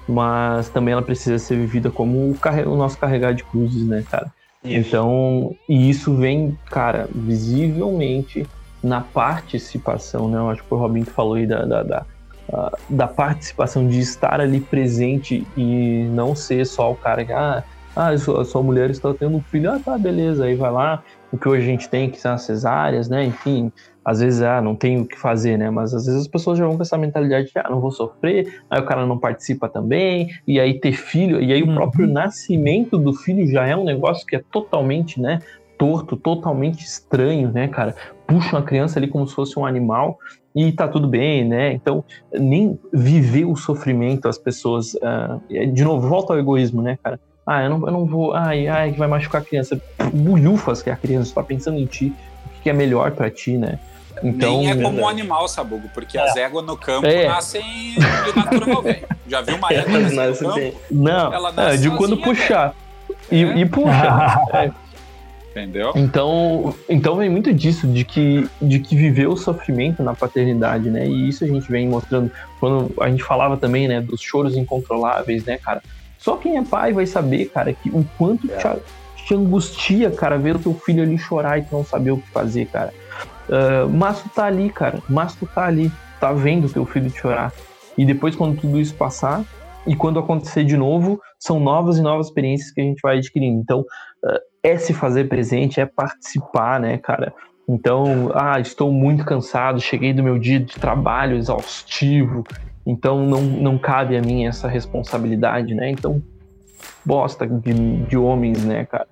mas também ela precisa ser vivida como o, carre... o nosso carregar de cruzes, né, cara? Isso. Então, e isso vem, cara, visivelmente... na participação, né? Eu acho que o Robinho falou aí da, da, da, da participação, de estar ali presente e não ser só o cara que, ah, ah a sua, a sua mulher está tendo um filho, ah, tá, beleza, aí vai lá, o que hoje a gente tem, que são as cesáreas, né? Enfim, às vezes, ah, não tem o que fazer, né? Mas às vezes as pessoas já vão com essa mentalidade de, ah, não vou sofrer, aí o cara não participa também, e aí ter filho, e aí uhum. o próprio nascimento do filho já é um negócio que é totalmente, né? torto, totalmente estranho, né, cara? Puxa uma criança ali como se fosse um animal e tá tudo bem, né? Então, nem viver o sofrimento, as pessoas... Uh, de novo, volta ao egoísmo, né, cara? Ah, eu não, eu não vou... Ai, ai, que vai machucar a criança. Bulhufas que a criança tá pensando em ti, o que é melhor pra ti, né? Então, nem é como verdade. um animal, Sabugo, porque é. as éguas no campo é. nascem de natural, velho. Já viu uma égua nascer no campo? Não, ela nasce é, de quando sozinha, puxar. E, é. e puxa. é. Entendeu? Então, então vem muito disso, de que, de que viver o sofrimento na paternidade, né? E isso a gente vem mostrando, quando a gente falava também, né, dos choros incontroláveis, né, cara? Só quem é pai vai saber, cara, que o quanto é. te, te angustia, cara, ver o teu filho ali chorar e tu não saber o que fazer, cara. Uh, mas tu tá ali, cara, mas tu tá ali, tá vendo o teu filho chorar. E depois, quando tudo isso passar, e quando acontecer de novo, são novas e novas experiências que a gente vai adquirindo. Então, uh, é se fazer presente, é participar, né, cara? Então, ah, estou muito cansado, cheguei do meu dia de trabalho exaustivo, então não, não cabe a mim essa responsabilidade, né? Então, bosta de, de homens, né, cara?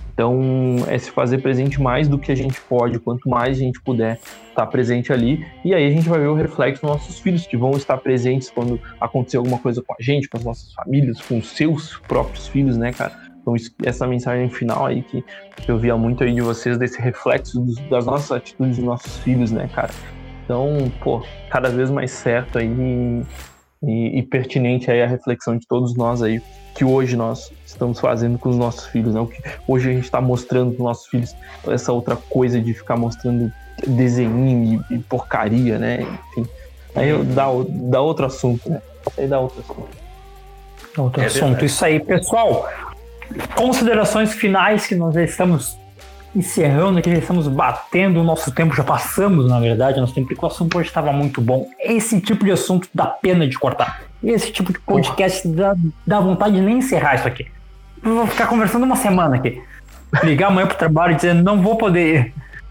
Então, é se fazer presente mais do que a gente pode, quanto mais a gente puder estar presente ali, e aí a gente vai ver o reflexo dos nossos filhos, que vão estar presentes quando acontecer alguma coisa com a gente, com as nossas famílias, com os seus próprios filhos, né, cara? Então, essa mensagem final aí que eu via muito aí de vocês, desse reflexo dos, das nossas atitudes dos nossos filhos, né, cara? Então, pô, cada vez mais certo aí e, e, e pertinente aí a reflexão de todos nós aí, que hoje nós estamos fazendo com os nossos filhos, né? O que hoje a gente está mostrando para os nossos filhos, essa outra coisa de ficar mostrando desenho e, e porcaria, né? Enfim, aí dá, dá outro assunto, né? Aí dá outro assunto. Outro é assunto, verdade. Isso aí, pessoal. Considerações finais que nós já estamos encerrando, que já estamos batendo, o nosso tempo já passamos, na verdade, nosso tempo, porque o assunto hoje estava muito bom. Esse tipo de assunto dá pena de cortar. Esse tipo de podcast dá, dá vontade de nem encerrar isso aqui. Eu vou ficar conversando uma semana aqui. Ligar amanhã pro trabalho e dizer, não vou poder ir.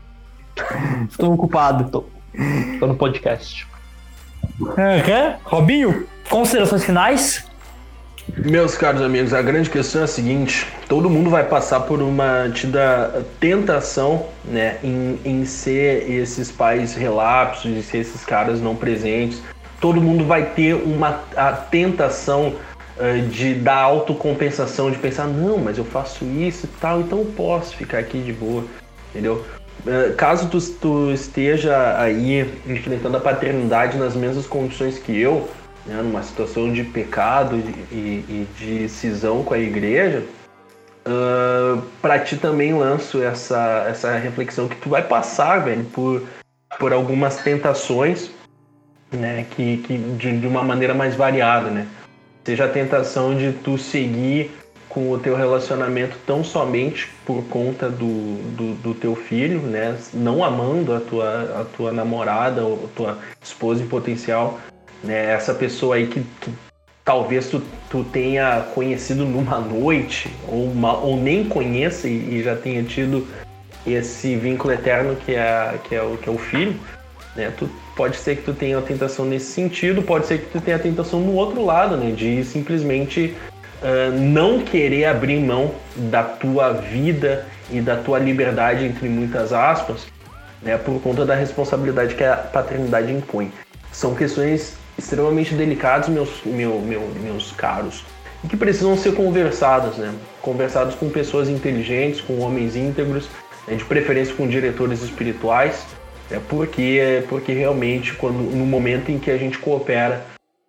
Estou ocupado. Tô, tô no podcast. Uhum. Robinho, considerações finais? Meus caros amigos, a grande questão é a seguinte: todo mundo vai passar por uma tida tentação, né, em, em ser esses pais relapsos, em ser esses caras não presentes. Todo mundo vai ter uma a tentação uh, de dar autocompensação, de pensar, não, mas eu faço isso e tal, então eu posso ficar aqui de boa, entendeu? Uh, caso tu, tu esteja aí enfrentando a paternidade nas mesmas condições que eu, né, numa situação de pecado e, e de cisão com a igreja, uh, para ti também lanço essa, essa reflexão que tu vai passar, velho, por, por algumas tentações, né, que, que de, de uma maneira mais variada, né? Seja a tentação de tu seguir com o teu relacionamento tão somente por conta do, do, do teu filho, né, não amando a tua, a tua namorada ou a tua esposa em potencial, né, essa pessoa aí que, que talvez tu, tu tenha conhecido numa noite ou, uma, ou nem conheça e, e já tenha tido esse vínculo eterno que é, que é, o, que é o filho, né? Tu, pode ser que tu tenha a tentação nesse sentido, pode ser que tu tenha a tentação no outro lado, né, de simplesmente uh, não querer abrir mão da tua vida e da tua liberdade, entre muitas aspas, né, por conta da responsabilidade que a paternidade impõe. São questões extremamente delicados, meus, meu, meu, meus caros, e que precisam ser conversadas, né? Conversados com pessoas inteligentes, com homens íntegros, né? De preferência com diretores espirituais, né? porque, porque realmente, quando, no momento em que a gente coopera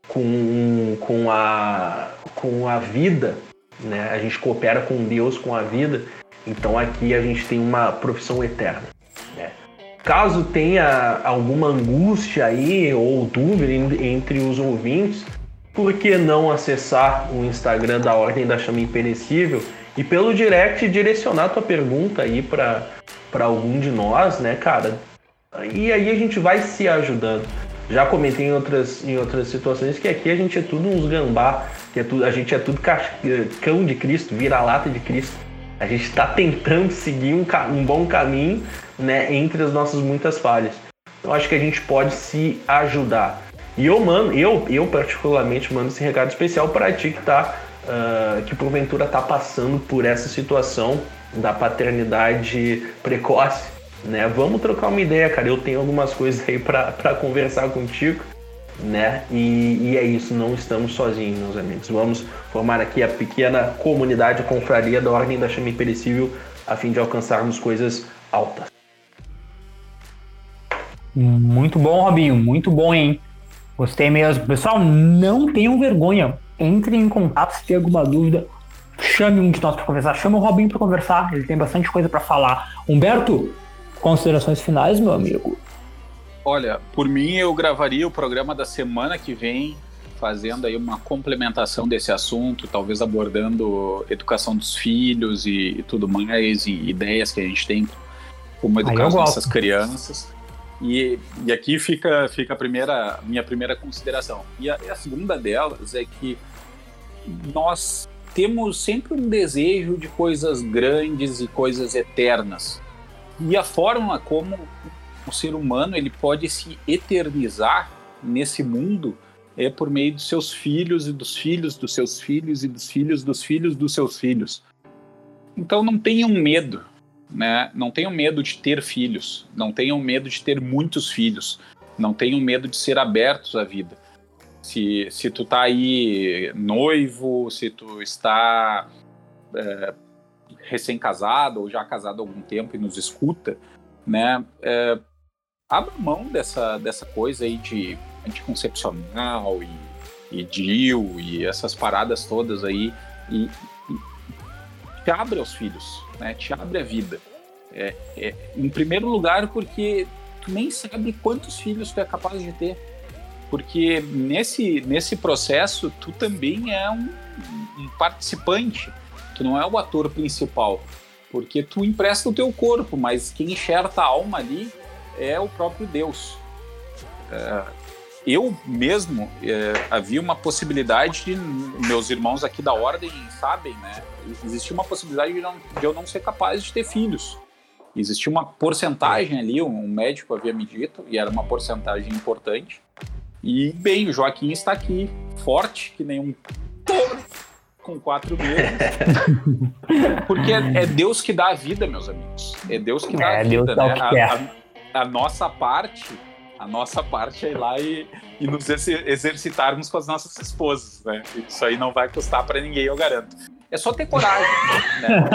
com, com, a, com a vida, né? A gente coopera com Deus, com a vida, então aqui a gente tem uma profissão eterna, né? Caso tenha alguma angústia aí ou dúvida entre os ouvintes, por que não acessar o Instagram da Ordem da Chama Imperecível e pelo direct direcionar a tua pergunta aí para para algum de nós, né, cara? E aí a gente vai se ajudando. Já comentei em outras, em outras situações que aqui a gente é tudo uns gambá, que é tudo, a gente é tudo cão de Cristo, vira-lata de Cristo. A gente está tentando seguir um, um bom caminho, né, entre as nossas muitas falhas. Eu acho que a gente pode se ajudar. E eu mando, eu, eu particularmente mando esse recado especial para ti que tá, uh, que porventura tá passando por essa situação da paternidade precoce, né? Vamos trocar uma ideia, cara. Eu tenho algumas coisas aí para conversar contigo, né? E, e é isso, não estamos sozinhos, meus amigos. Vamos formar aqui a pequena comunidade, a confraria da Ordem da Chama Imperecível, a fim de alcançarmos coisas altas. Muito bom, Robinho, muito bom, hein? Gostei mesmo. Pessoal, não tenham vergonha. Entrem em contato se tem alguma dúvida. Chame um de nós para conversar. Chame o Robinho para conversar. Ele tem bastante coisa para falar. Humberto, considerações finais, meu amigo? Olha, por mim eu gravaria o programa da semana que vem, fazendo aí uma complementação desse assunto, talvez abordando educação dos filhos e, e tudo mais, e ideias que a gente tem como educar as nossas crianças. E, e aqui fica, fica a primeira, minha primeira consideração. E a, e a segunda delas é que nós temos sempre um desejo de coisas grandes e coisas eternas. E a forma como o ser humano ele pode se eternizar nesse mundo é por meio dos seus filhos e dos filhos dos seus filhos e dos filhos dos filhos dos seus filhos. Então não tenham medo. Né? Não tenham medo de ter filhos, não tenham medo de ter muitos filhos, não tenham medo de ser abertos à vida. Se, se tu tá aí noivo, se tu está é, recém-casado ou já casado há algum tempo e nos escuta, né? É, abra mão dessa, dessa coisa aí de anticoncepcional e, e D I U e essas paradas todas aí e te abre aos filhos, né? Te abre a vida. É, é, em primeiro lugar, porque tu nem sabe quantos filhos tu é capaz de ter. Porque nesse, nesse processo, tu também é um, um participante. Tu não é o ator principal. Porque tu empresta o teu corpo, mas quem enxerta a alma ali é o próprio Deus. É, eu mesmo, é, havia uma possibilidade, de, meus irmãos aqui da Ordem sabem, né? Existia uma possibilidade de, não, de eu não ser capaz de ter filhos. Existia uma porcentagem ali, um médico havia me dito, e era uma porcentagem importante. E, bem, o Joaquim está aqui, forte, que nem um touro, com quatro meses. Porque é Deus que dá a vida, meus amigos. É Deus que dá É, a Deus vida, dá o né? que A, quer. a- a nossa parte, a nossa parte é ir lá e, e nos exer- exercitarmos com as nossas esposas, né? Isso aí não vai custar pra ninguém, eu garanto. É só ter coragem, né?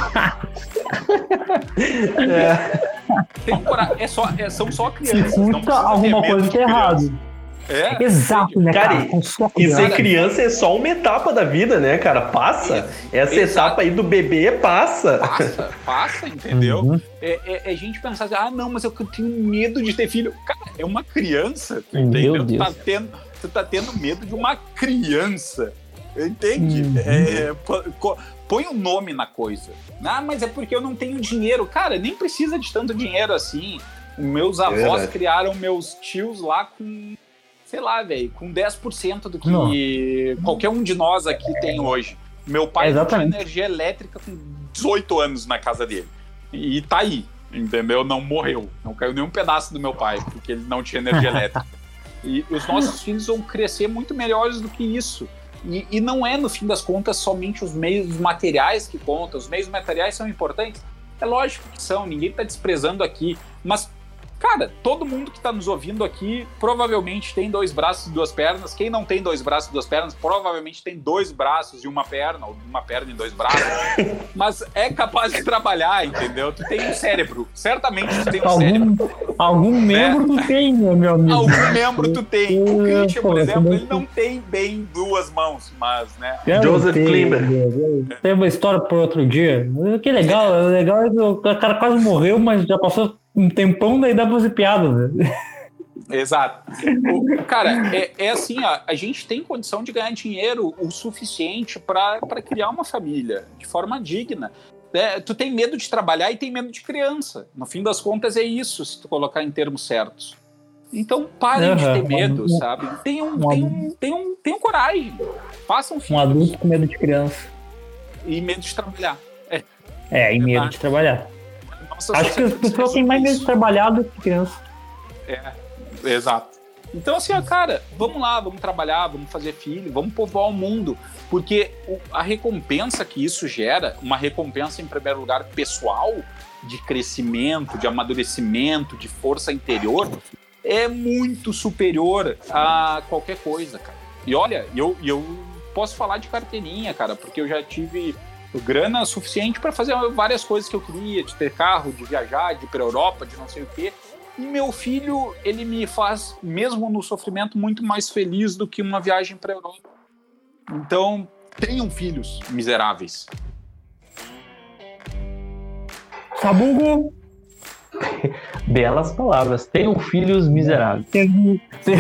Tem coragem. É só, é- são só Se crianças. não custa precisa ter alguma medo coisa de que é criança. errado. É, Exato, né, Cara, cara? Com sua E ser criança. criança é só uma etapa da vida, né, cara? Passa. Essa Exato. etapa aí do bebê passa. passa, passa, entendeu? Uhum. É, é, é gente pensar assim, ah, não, mas eu tenho medo de ter filho. Cara, é uma criança, tu Meu entendeu? Tu Deus. tá, tendo, tu tá tendo medo de uma criança. Entende? Uhum. É, pô- co- põe um nome na coisa. Ah, mas é porque eu não tenho dinheiro. Cara, nem precisa de tanto dinheiro assim. Meus avós verdade. criaram meus tios lá com, sei lá, velho, com dez por cento do que qualquer um de nós aqui tem hoje. Meu pai tinha Exatamente. energia elétrica com dezoito anos na casa dele. E tá aí, entendeu? Não morreu. Não caiu nenhum pedaço do meu pai, porque ele não tinha energia elétrica. E os nossos filhos vão crescer muito melhores do que isso. E, e não é, no fim das contas, somente os meios materiais que contam. Os meios materiais são importantes. É lógico que são, ninguém está desprezando aqui. Mas, cara, todo mundo que está nos ouvindo aqui provavelmente tem dois braços e duas pernas. Quem não tem dois braços e duas pernas, provavelmente tem dois braços e uma perna, ou uma perna e dois braços. Mas é capaz de trabalhar, entendeu? Tu tem um cérebro. Certamente tu tem um cérebro. Algum, algum membro tu tem, né, meu amigo? Algum membro tu tem. O Christian, por Pô, exemplo, você ele não tem bem duas mãos, mas, né? Eu Joseph tenho, Klimber. eu- Tem uma história por outro dia. Que legal, o legal é que o cara quase morreu, mas já passou um tempão, daí dá pra fazer piada, né? Exato. O- cara, é, é assim, ó, a gente tem condição de ganhar dinheiro o suficiente para criar uma família de forma digna. É, tu tem medo de trabalhar e tem medo de criança. No fim das contas é isso, se tu colocar em termos certos. Então parem de Uhum. ter medo, Um- sabe? Tenham, um tenham, tenham, tenham coragem. Façam Um filhos adulto com medo de criança. e medo de trabalhar. É, É, e medo Verdade. de trabalhar. nossa Acho que as sociedade pessoas têm mais medo de trabalhar do que criança. É, exato. Então, assim, ó, cara, vamos lá, vamos trabalhar, vamos fazer filho, vamos povoar o mundo, porque o- a recompensa que isso gera, uma recompensa, em primeiro lugar, pessoal, de crescimento, de amadurecimento, de força interior, é muito superior a qualquer coisa, cara. E olha, eu, eu posso falar de carteirinha, cara, porque eu já tive grana suficiente para fazer várias coisas que eu queria, de ter carro, de viajar, de ir pra Europa, de não sei o quê. E meu filho, ele me faz, mesmo no sofrimento, muito mais feliz do que uma viagem para Europa. Então, tenham filhos miseráveis. Sabugo! Belas palavras. Tenham filhos miseráveis. Tem- tem-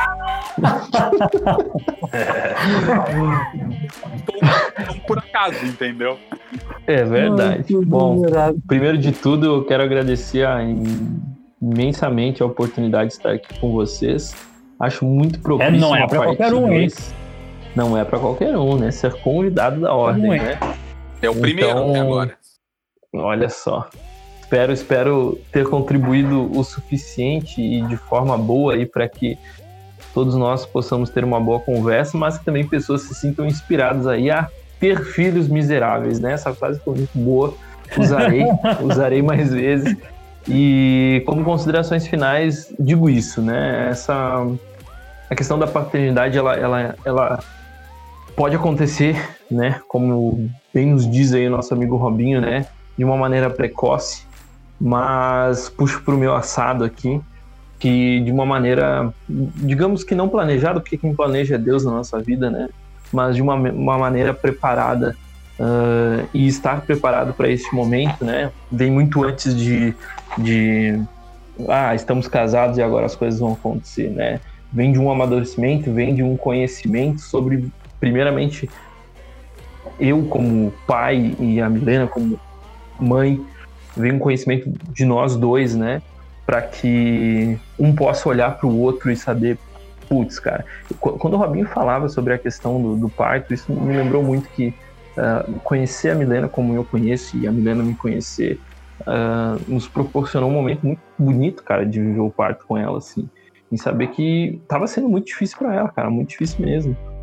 Então, por acaso, entendeu? É verdade. Que Bom, miserável. primeiro de tudo, eu quero agradecer a- imensamente a oportunidade de estar aqui com vocês. Acho muito propício. É, não é uma pra parte qualquer um, hein? dois. Não é para qualquer um, né? Ser convidado da ordem, Não é. né? É o primeiro Então, até agora. Olha só. Espero, espero ter contribuído o suficiente e de forma boa aí para que todos nós possamos ter uma boa conversa, mas que também pessoas se sintam inspiradas aí a ter filhos miseráveis, né? Essa frase foi muito boa. Usarei, usarei mais vezes. E como considerações finais, digo isso, né? Essa a questão da paternidade, ela, ela, ela pode acontecer, né? Como bem nos diz aí o nosso amigo Robinho, né? De uma maneira precoce, mas puxo para o meu assado aqui, que de uma maneira, digamos que não planejada, porque quem planeja é Deus na nossa vida, né? Mas de uma, uma maneira preparada, uh, e estar preparado para esse momento, né? Vem muito antes de, de, ah, estamos casados e agora as coisas vão acontecer, né? Vem de um amadurecimento, vem de um conhecimento sobre, primeiramente, eu como pai e a Milena como mãe, vem um conhecimento de nós dois, né? Para que um possa olhar para o outro e saber, putz, cara. Quando o Robinho falava sobre a questão do, do parto, isso me lembrou muito que uh, conhecer a Milena como eu conheço e a Milena me conhecer uh, nos proporcionou um momento muito bonito, cara, de viver o parto com ela, assim. Em saber que tava sendo muito difícil para ela, cara, muito difícil mesmo.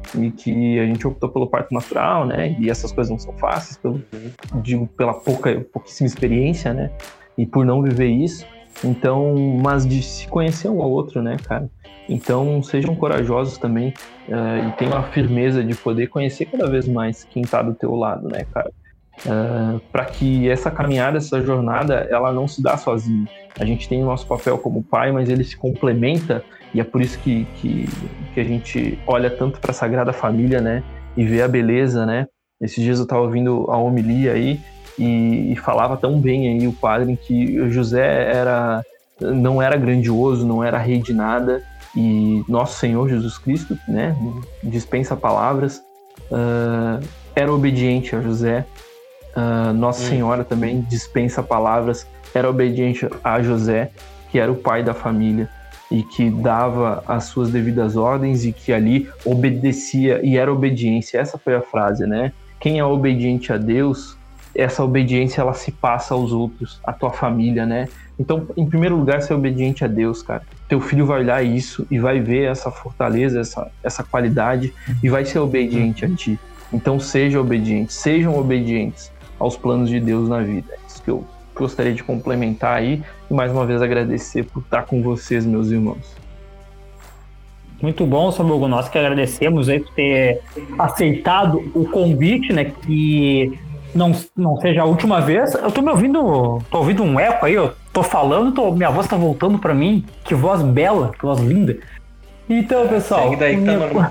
e que a gente optou pelo parto natural, né? E essas coisas não são fáceis, pelo, digo, pela pouca, pouquíssima experiência, né? E por não viver isso. Então, mas de se conhecer um ao outro, né, cara? Então, sejam corajosos também uh, e tenham a firmeza de poder conhecer cada vez mais quem tá do teu lado, né, cara? Uh, para que essa caminhada, essa jornada, ela não se dá sozinha. A gente tem o nosso papel como pai, mas ele se complementa e é por isso que, que, que a gente olha tanto para a Sagrada Família, né? E vê a beleza, né? Esses dias eu estava ouvindo a homilia aí e, e falava tão bem aí o padre que José era, não era grandioso, não era rei de nada e nosso Senhor Jesus Cristo, né? Dispensa palavras, uh, era obediente a José. Uh, Nossa hum. Senhora também dispensa palavras, era obediente a José, que era o pai da família e que dava as suas devidas ordens e que ali obedecia e era obediência. Essa foi a frase, né? Quem é obediente a Deus, essa obediência ela se passa aos outros, à tua família, né? Então, em primeiro lugar, ser obediente a Deus, cara. Teu filho vai olhar isso e vai ver essa fortaleza, essa, essa qualidade e vai ser obediente a ti. Então, seja obediente, sejam obedientes aos planos de Deus na vida. É isso que eu gostaria de complementar aí e mais uma vez agradecer por estar com vocês, meus irmãos. Muito bom, Samuel. Nós que agradecemos aí por ter aceitado o convite, né? Que não, não seja a última vez. Eu tô me ouvindo, tô ouvindo um eco aí, eu tô falando, tô, minha voz tá voltando pra mim. Que voz bela, que voz linda. Então, pessoal, Segue daí que tá normal.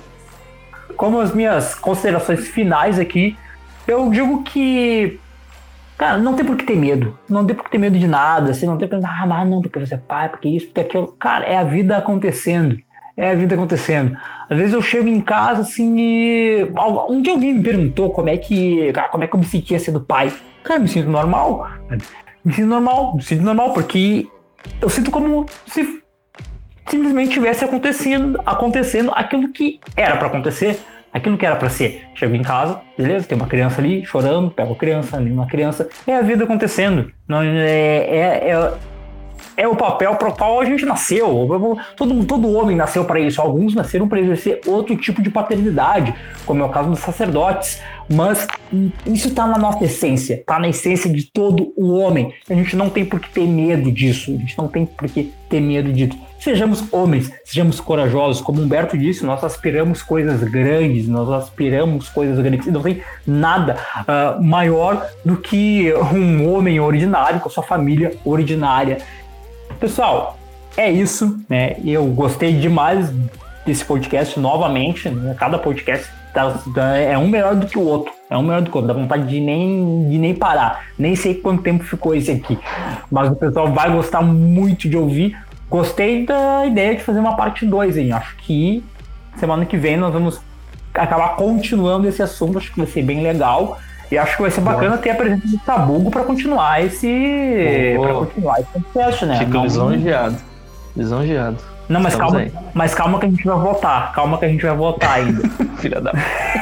Como as minhas considerações finais aqui, eu digo que, cara, não tem por que ter medo. Não tem por que ter medo de nada. Você não tem por que, ah, mas não, porque você é pai, porque isso, porque aquilo. Cara, é a vida acontecendo. É a vida acontecendo. Às vezes eu chego em casa, assim, e... Um dia alguém me perguntou como é que, cara, como é que eu me sentia sendo pai. Cara, eu me sinto normal. Me sinto normal. Me sinto normal, porque eu sinto como se simplesmente tivesse acontecendo, acontecendo aquilo que era pra acontecer. Aquilo que era pra ser. Chego em casa, beleza, tem uma criança ali chorando, pego a criança, ali uma criança. É a vida acontecendo. Não, é, é, é, é o papel para o qual a gente nasceu. Todo, todo homem nasceu para isso. Alguns nasceram para exercer outro tipo de paternidade, como é o caso dos sacerdotes. Mas isso está na nossa essência, está na essência de todo o homem. A gente não tem por que ter medo disso. A gente não tem por que ter medo disso. Sejamos homens, sejamos corajosos. Como Humberto disse, nós aspiramos coisas grandes, nós aspiramos coisas grandes. Não tem nada uh, maior do que um homem ordinário com a sua família ordinária. Pessoal, é isso, né? Eu gostei demais desse podcast novamente, né? Cada podcast tá, é um melhor do que o outro. É um melhor do que o outro. Dá vontade de nem, de nem parar. Nem sei quanto tempo ficou esse aqui. Mas o pessoal vai gostar muito de ouvir. Gostei da ideia de fazer uma parte dois, hein? Acho que semana que vem nós vamos acabar continuando esse assunto. Acho que vai ser bem legal. E acho que vai ser bacana Bom. ter a presença do Sabugo para continuar esse. para continuar esse podcast, né? Fico lisonjeado. Lisonjeado. Não, mas calma, mas calma que a gente vai votar. Calma que a gente vai votar ainda. Filha da.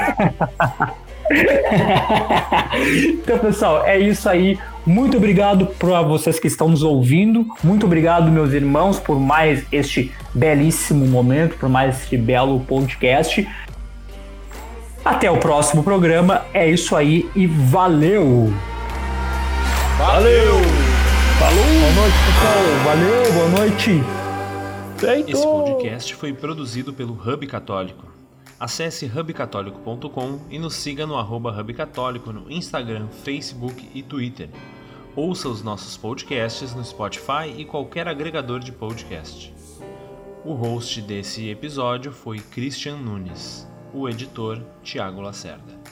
Então, pessoal, é isso aí. Muito obrigado para vocês que estão nos ouvindo. Muito obrigado, meus irmãos, por mais este belíssimo momento, por mais este belo podcast. Até o próximo programa. É isso aí e valeu! Valeu! Falou! Boa noite, pessoal! Valeu, boa noite! Feito. Esse podcast foi produzido pelo Hub Católico. Acesse hub católico ponto com e nos siga no arroba Hub Católico no Instagram, Facebook e Twitter. Ouça os nossos podcasts no Spotify e qualquer agregador de podcast. O host desse episódio foi Christian Nunes. O editor, Tiago Lacerda.